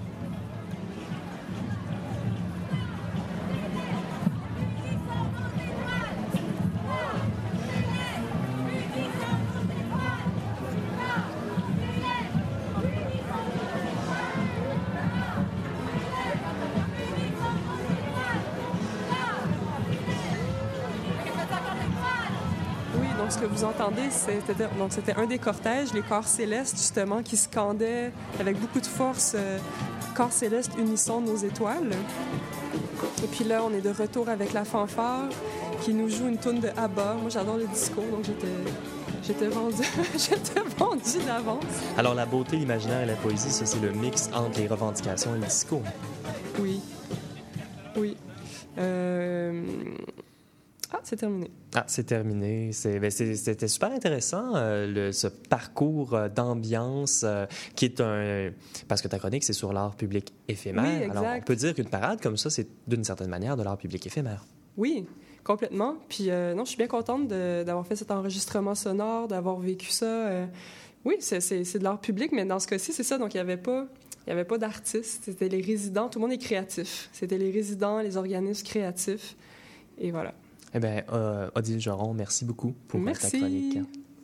Oui, donc ce que vous entendez, c'était, donc c'était un des cortèges, les corps célestes, justement, qui scandaient avec beaucoup de force euh, corps célestes, unissons nos étoiles. Et puis là, on est de retour avec la fanfare qui nous joue une tourne de ABBA. Moi, j'adore le disco, donc j'étais, j'étais vendue, j'étais vendue d'avance. Alors, la beauté, l'imaginaire et la poésie, ça, c'est le mix entre les revendications et le discours. Oui. Oui. Euh... Ah, c'est terminé. Ah, c'est terminé. C'est, ben c'est, c'était super intéressant, euh, le, ce parcours euh, d'ambiance euh, qui est un... Parce que ta chronique, c'est sur l'art public éphémère. Oui, exact. Alors, on peut dire qu'une parade comme ça, c'est d'une certaine manière de l'art public éphémère. Oui, complètement. Puis euh, non, je suis bien contente de, d'avoir fait cet enregistrement sonore, d'avoir vécu ça. Euh... Oui, c'est, c'est, c'est de l'art public, mais dans ce cas-ci, c'est ça. Donc, il n'y avait pas... Il n'y avait pas d'artistes, c'était les résidents. Tout le monde est créatif. C'était les résidents, les organismes créatifs. Et voilà. Eh bien, euh, Odile Joron, merci beaucoup pour merci. ta chronique.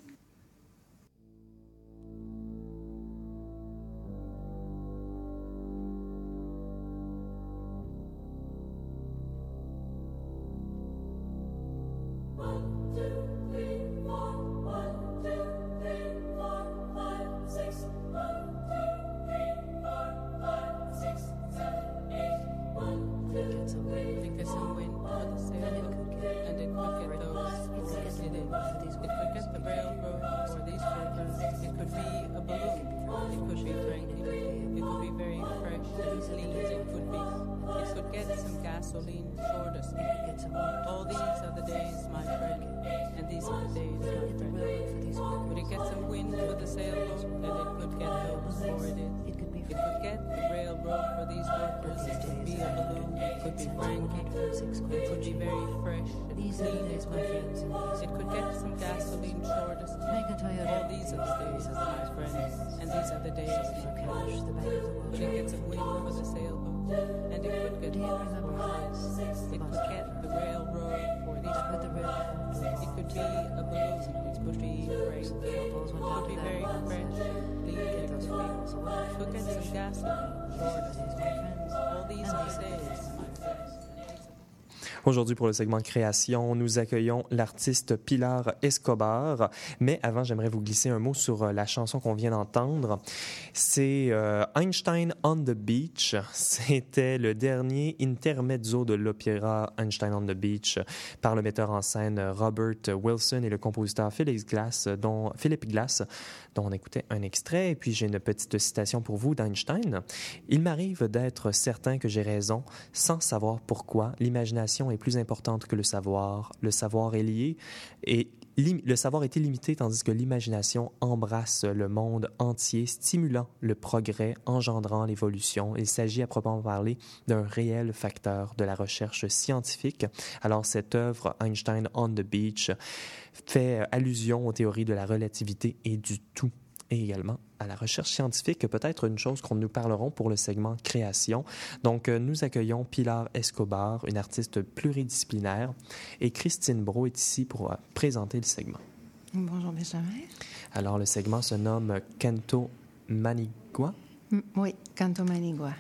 Aujourd'hui, pour le segment création, nous accueillons l'artiste Pilar Escobar. Mais avant, j'aimerais vous glisser un mot sur la chanson qu'on vient d'entendre. C'est euh, Einstein on the Beach. C'était le dernier intermezzo de l'opéra Einstein on the Beach par le metteur en scène Robert Wilson et le compositeur Philip Glass, dont, Philip Glass, dont on écoutait un extrait. Et puis, j'ai une petite citation pour vous d'Einstein. « Il m'arrive d'être certain que j'ai raison, sans savoir pourquoi. L'imagination est plus importante que le savoir. Le savoir est lié et lim- le savoir est illimité, tandis que l'imagination embrasse le monde entier, stimulant le progrès, engendrant l'évolution. Il s'agit à proprement parler d'un réel facteur de la recherche scientifique. Alors, cette œuvre, Einstein on the Beach, fait allusion aux théories de la relativité et du tout, et également à la recherche scientifique, peut-être une chose qu'on nous parlerons pour le segment création. Donc, nous accueillons Pilar Escobar, une artiste pluridisciplinaire, et Christine Brault est ici pour présenter le segment. Bonjour Benjamin. Alors, le segment se nomme Canto Manigua. M- oui, Canto Manigua.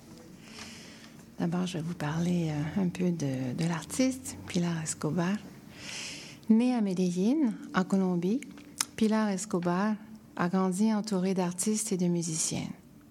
D'abord, je vais vous parler euh, un peu de, de l'artiste Pilar Escobar. Née à Medellín, en Colombie, Pilar Escobar a grandi entourée d'artistes et de musiciennes.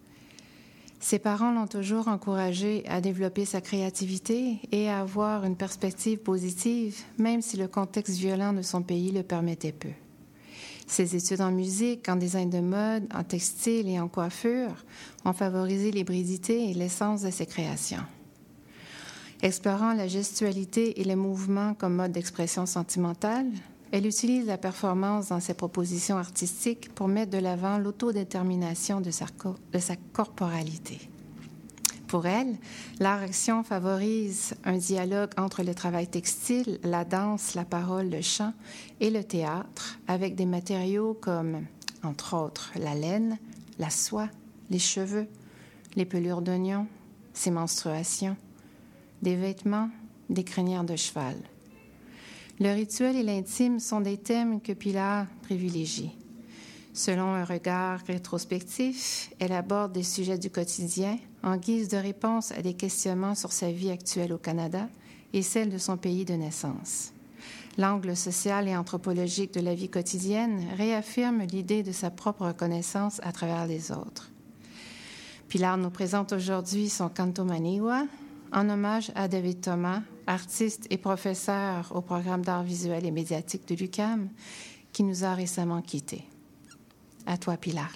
Ses parents l'ont toujours encouragée à développer sa créativité et à avoir une perspective positive, même si le contexte violent de son pays le permettait peu. Ses études en musique, en design de mode, en textile et en coiffure ont favorisé l'hybridité et l'essence de ses créations. Explorant la gestualité et le mouvement comme mode d'expression sentimentale, elle utilise la performance dans ses propositions artistiques pour mettre de l'avant l'autodétermination de sa, co- de sa corporalité. Pour elle, l'art-action favorise un dialogue entre le travail textile, la danse, la parole, le chant et le théâtre, avec des matériaux comme, entre autres, la laine, la soie, les cheveux, les pelures d'oignon, ses menstruations, des vêtements, des crinières de cheval. Le rituel et l'intime sont des thèmes que Pilar privilégie. Selon un regard rétrospectif, elle aborde des sujets du quotidien en guise de réponse à des questionnements sur sa vie actuelle au Canada et celle de son pays de naissance. L'angle social et anthropologique de la vie quotidienne réaffirme l'idée de sa propre reconnaissance à travers les autres. Pilar nous présente aujourd'hui son Canto Manigua, en hommage à David Thomas, artiste et professeur au programme d'art visuel et médiatique de l'U Q A M, qui nous a récemment quittés. À toi, Pilar.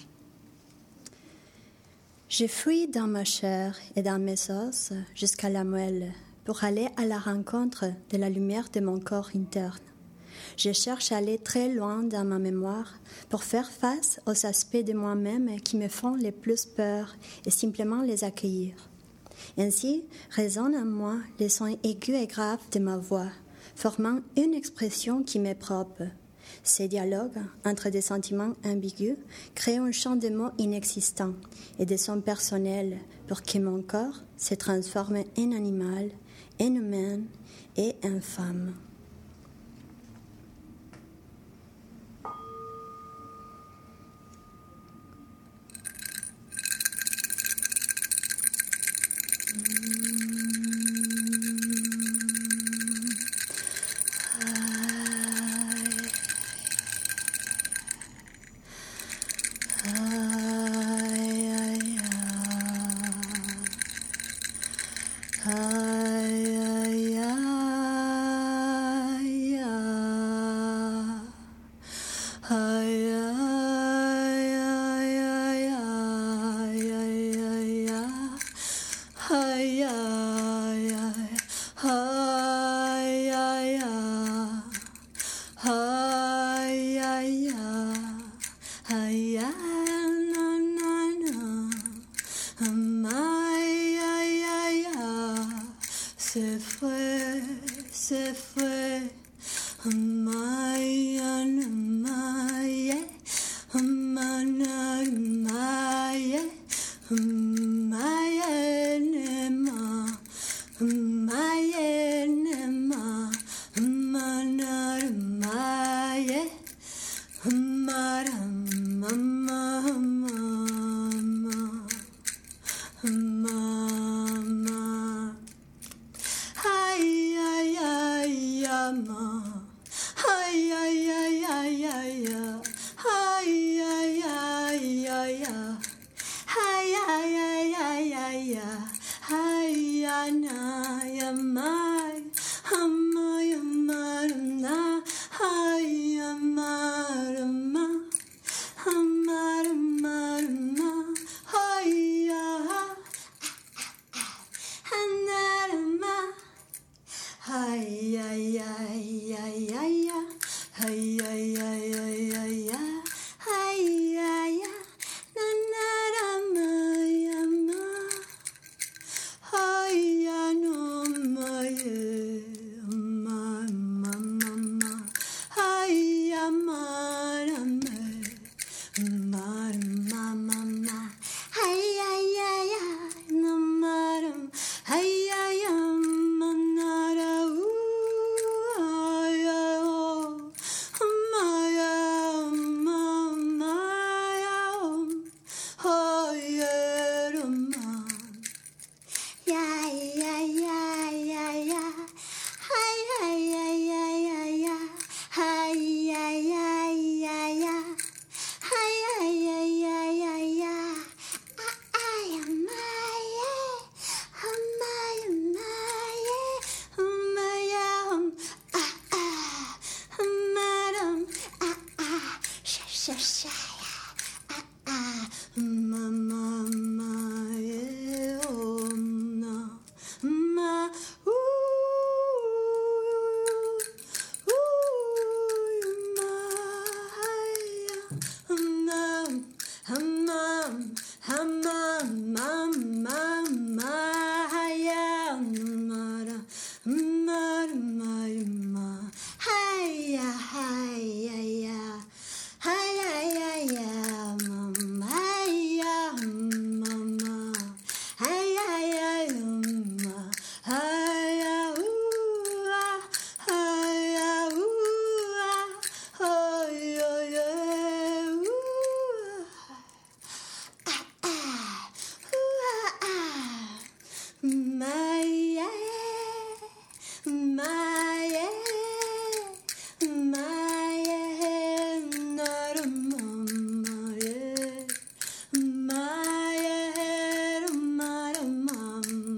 Je fuis dans ma chair et dans mes os jusqu'à la moelle pour aller à la rencontre de la lumière de mon corps interne. Je cherche à aller très loin dans ma mémoire pour faire face aux aspects de moi-même qui me font le plus peur et simplement les accueillir. Ainsi résonnent en moi les sons aigus et graves de ma voix, formant une expression qui m'est propre. Ces dialogues entre des sentiments ambigus créent un champ de mots inexistants et de sons personnels pour que mon corps se transforme en animal, en humain et en femme. C'est vrai, c'est vrai. Maya, Maya, Mana, Maya, Maya, Nema, Maya, Nema, Mana, Maya, Mara, Mama, Mama, Mama. Ay, ay, ay, ama. Ay, ay, ay, ay, ay, ay. Ay, ay, ay, ay, ay. Ay, ay, ay, ay, ay, ay. Ay, ana, amay. Amay, amar, na. Ay, amar, ama. Amar, amar, na. Ay, ah. Anar, ama. Ay, ay, ay, ay, ay, ay. Ay, ay, ay, ay, ay, ay. Ay, ay, ay. Nanaramayama. Ay, anomaye. Ma, ma, ma, ma. Ay, amarame. Ma, ma, ma, ma. Ay, ay, ay, ay. Namaram. Ay, ay, amanara. Ay, ay, oh. Maya, Maya, Hoya, Roma. Ya, ya, ya, ya, ya. Ay, ay, ay, ay, ay, ay. Ay, ay, ay, ay, ay. Ay, ay, ay, ay, ay, ay. Ay, amaye. Amaye, amaye. Amaya, ah, ah. Madam, ah, ah. Sha, sha, sha, ah, ah. Ma, ma, ma, yeah, oh, no. Ma, ooh, ooh, ma, yeah. Hammam, hammam, hammam, hammam, ma, yeah, mara, mara, ma, ma. Hiya, hiya, hiya. Hiya, hiya, hiya, mama. Hiya, mama. Hiya, hiya, mama. Hiya, ooh, ah. Hiya, ooh, ah. Hiya, yeah, ooh, ah. Ah, ah. Ooh, ah, ah. Maya, Maya, Maya, Naramaya, Maya,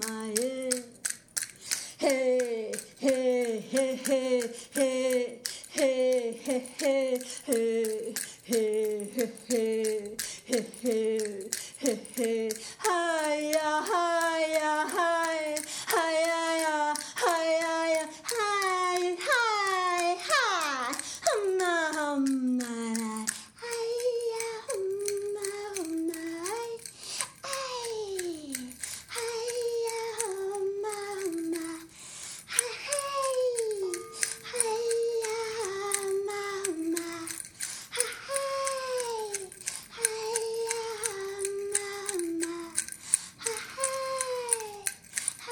Maramaya. Hey, hey, hey, hey, hey, hey, hey, hey, hey, hey, hey, hey, hey, hey, hey, hi, ya, hi, ya, hi, hi, ya, ya, hi, ya, ya, hi, hi, hi, humma, humma, hi, ya, humma, humma, hi, hi, ya, humma, humma, hi, hi, ya, humma, humma, hi, hi, ya, humma, humma, hi, hi,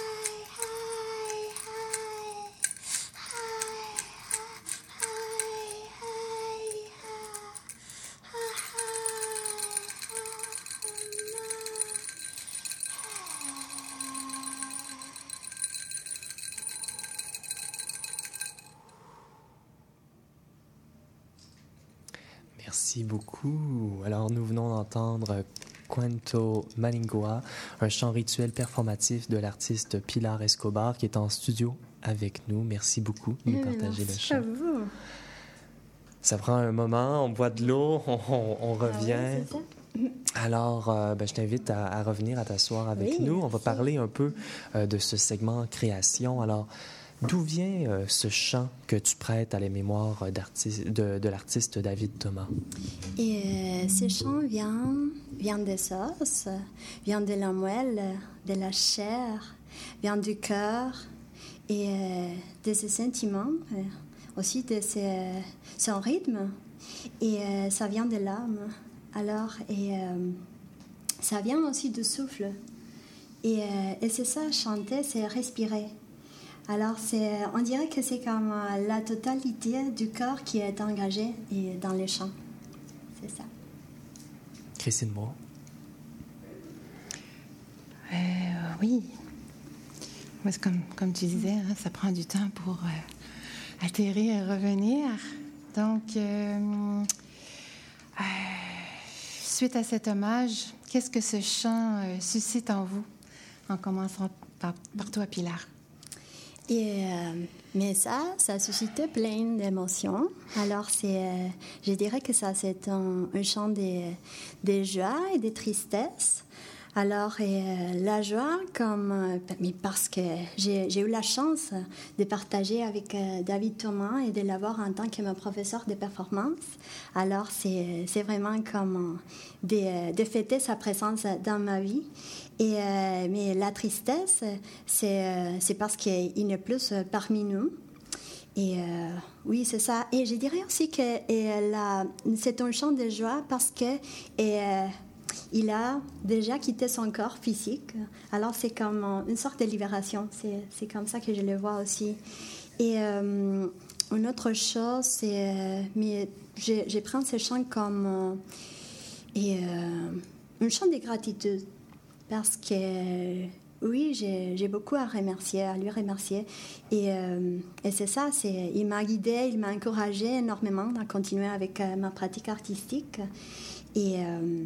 Merci beaucoup. Alors, nous venons d'entendre Cuento Malingua, un chant rituel performatif de l'artiste Pilar Escobar qui est en studio avec nous. Merci beaucoup de nous partager le chant. Merci à vous. Ça prend un moment, on boit de l'eau, on, on, on revient. Ah ouais, c'est ça. Alors, euh, ben, je t'invite à, à revenir à t'asseoir avec Oui, nous. On va merci. parler un peu euh, de ce segment création. Alors, d'où vient euh, ce chant que tu prêtes à la mémoire d'artiste, de, de l'artiste David Thomas? Et euh, ce chant vient, vient des os, vient de la moelle, de la chair, vient du cœur et euh, de ses sentiments, euh, aussi de ses, son rythme. Et euh, ça vient de l'âme. Alors, et euh, ça vient aussi du souffle. Et, euh, et c'est ça, chanter, c'est respirer. Alors, c'est, on dirait que c'est comme euh, la totalité du corps qui est engagé et dans les chants. C'est ça. Christine Moore. Euh, oui. Parce que comme, comme tu disais, hein, ça prend du temps pour euh, atterrir et revenir. Donc, euh, euh, suite à cet hommage, qu'est-ce que ce chant euh, suscite en vous? En commençant par, par toi, Pilar. Et, euh, mais ça, ça suscite plein d'émotions. Alors, c'est, euh, je dirais que ça, c'est un, un chant de, de joie et de tristesse. Alors, et, euh, la joie, comme, euh, mais parce que j'ai, j'ai eu la chance de partager avec euh, David Thomas et de l'avoir en tant que mon professeur de performance. Alors, c'est, c'est vraiment comme euh, de, de fêter sa présence dans ma vie. Et, euh, mais la tristesse, c'est, euh, c'est parce qu'il n'est plus parmi nous. Et euh, oui, c'est ça. Et je dirais aussi que et, la, c'est un chant de joie parce que et, euh, il a déjà quitté son corps physique. Alors, c'est comme une sorte de libération. C'est, c'est comme ça que je le vois aussi. Et euh, une autre chose, c'est... Euh, mais je, je prends ce chant comme euh, et, euh, un chant de gratitude. Parce que, oui, j'ai, j'ai beaucoup à remercier, à lui remercier. Et, euh, et c'est ça, c'est, il m'a guidée, il m'a encouragée énormément à continuer avec euh, ma pratique artistique. Et... Euh,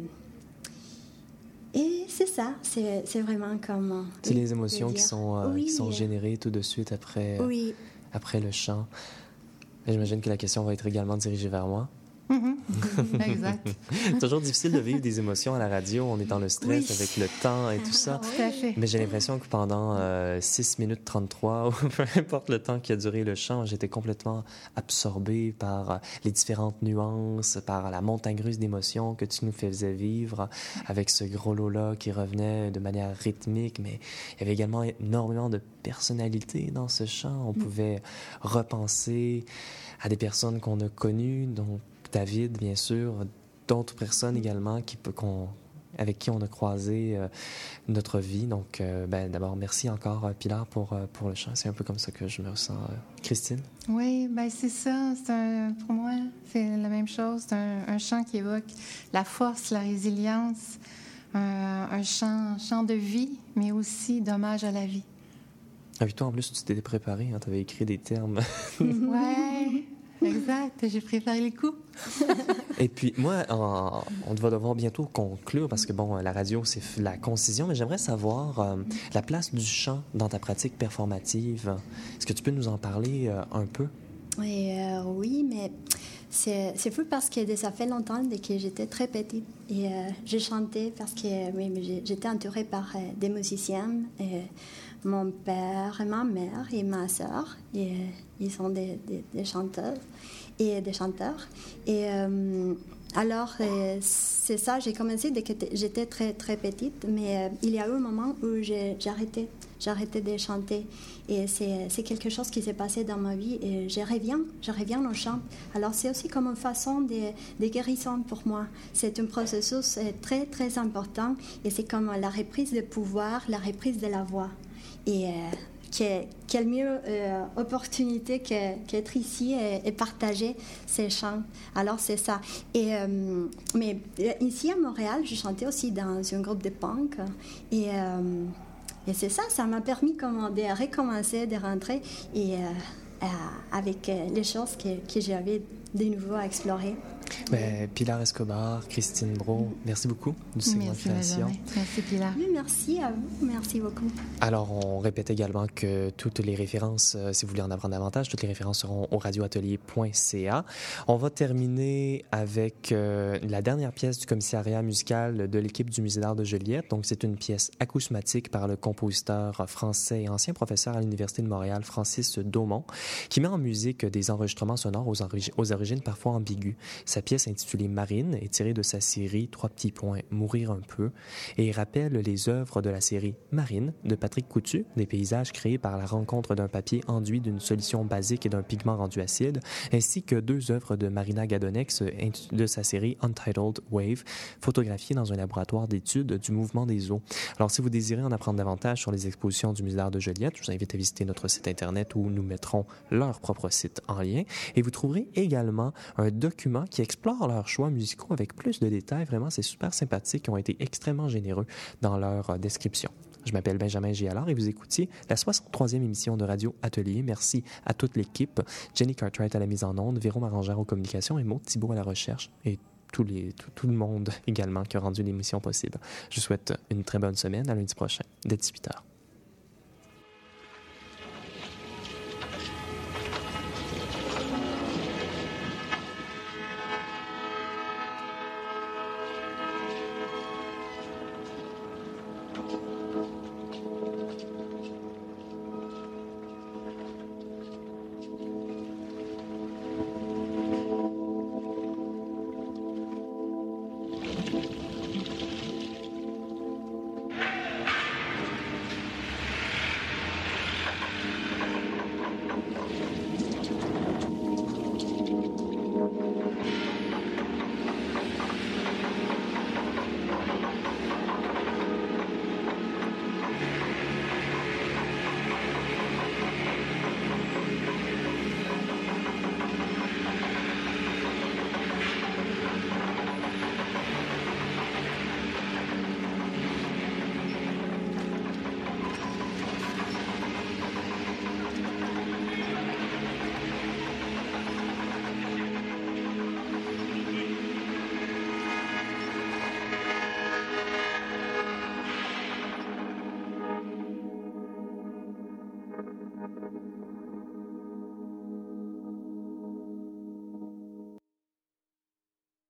Et c'est ça, c'est, c'est vraiment comme... C'est oui, les émotions qui sont, euh, oui. qui sont générées tout de suite après, euh, oui. après le chant. Et j'imagine que la question va être également dirigée vers moi. Mm-hmm. Exact. C'est toujours difficile de vivre des émotions à la radio. On est dans le stress oui. avec le temps et tout ça. Tout à fait. Mais j'ai l'impression que pendant euh, six minutes trente-trois, ou peu importe le temps qui a duré le chant, j'étais complètement absorbée par euh, les différentes nuances, par la montagne russe d'émotions que tu nous faisais vivre avec ce gros lot-là qui revenait de manière rythmique. Mais il y avait également énormément de personnalité dans ce chant. On pouvait repenser à des personnes qu'on a connues, dont David, bien sûr, d'autres personnes également qui, qu'on, avec qui on a croisé euh, notre vie. Donc, euh, ben, d'abord, merci encore, euh, Pilar, pour, euh, pour le chant. C'est un peu comme ça que je me ressens. Euh, Christine? Oui, ben c'est ça. C'est un, pour moi, c'est la même chose. C'est un, un chant qui évoque la force, la résilience, un, un chant, chant de vie, mais aussi d'hommage à la vie. Avec toi, en plus, tu t'étais préparé. Hein, tu avais écrit des termes. Oui. Exact, j'ai préparé les coups. Et puis, moi, en, on va devoir bientôt conclure parce que, bon, la radio, c'est la concision, mais j'aimerais savoir euh, la place du chant dans ta pratique performative. Est-ce que tu peux nous en parler euh, un peu? Et euh, oui, mais c'est, c'est fou parce que ça fait longtemps que j'étais très petite. Et euh, je chantais parce que oui, mais j'étais entourée par euh, des musiciens. Et mon père, ma mère et ma sœur, et, euh, ils sont des, des, des chanteurs et des chanteurs. Et euh, alors, euh, c'est ça, j'ai commencé dès que j'étais très, très petite, mais euh, il y a eu un moment où j'ai, j'ai arrêté. J'ai arrêté de chanter. Et c'est, c'est quelque chose qui s'est passé dans ma vie. Et je reviens, je reviens au chant. Alors, c'est aussi comme une façon de, de guérison pour moi. C'est un processus très, très important. Et c'est comme la reprise de pouvoir, la reprise de la voix. Et euh, que, quelle mieux euh, opportunité que, qu'être ici et, et partager ces chants. Alors, c'est ça. Et, euh, mais ici, à Montréal, je chantais aussi dans un groupe de punk. Et... Euh, Et c'est ça, ça m'a permis comment, de recommencer, de rentrer et, euh, euh, avec euh, les choses que, que j'avais de nouveau à explorer. Ben, Pilar Escobar, Christine Brault, merci beaucoup du segment de création. Merci Pilar. Oui, merci à vous, merci beaucoup. Alors, on répète également que toutes les références, euh, si vous voulez en apprendre davantage, toutes les références seront au radioatelier point c a. On va terminer avec euh, la dernière pièce du commissariat musical de l'équipe du Musée d'art de Joliette. Donc, c'est une pièce acousmatique par le compositeur français et ancien professeur à l'Université de Montréal, Francis Daumont, qui met en musique des enregistrements sonores aux, origi- aux origines parfois ambiguës. Sa pièce intitulée Marine est tirée de sa série Trois petits points, Mourir un peu, et rappelle les œuvres de la série Marine de Patrick Coutu, des paysages créés par la rencontre d'un papier enduit d'une solution basique et d'un pigment rendu acide, ainsi que deux œuvres de Marina Gadonex de sa série Untitled Wave, photographiées dans un laboratoire d'études du mouvement des eaux. Alors, si vous désirez en apprendre davantage sur les expositions du Musée d'art de Joliette, je vous invite à visiter notre site Internet où nous mettrons leur propre site en lien, et vous trouverez également un document qui explore leurs choix musicaux avec plus de détails. Vraiment, c'est super sympathique. Ils ont été extrêmement généreux dans leur description. Je m'appelle Benjamin Gialard et vous écoutiez la soixante-troisième émission de Radio Atelier. Merci à toute l'équipe. Jenny Cartwright à la mise en onde, Véro Marangère aux communications et Maud Thibault à la recherche et tous les, tout, tout le monde également qui a rendu l'émission possible. Je vous souhaite une très bonne semaine. À lundi prochain, dès dix-huit heures.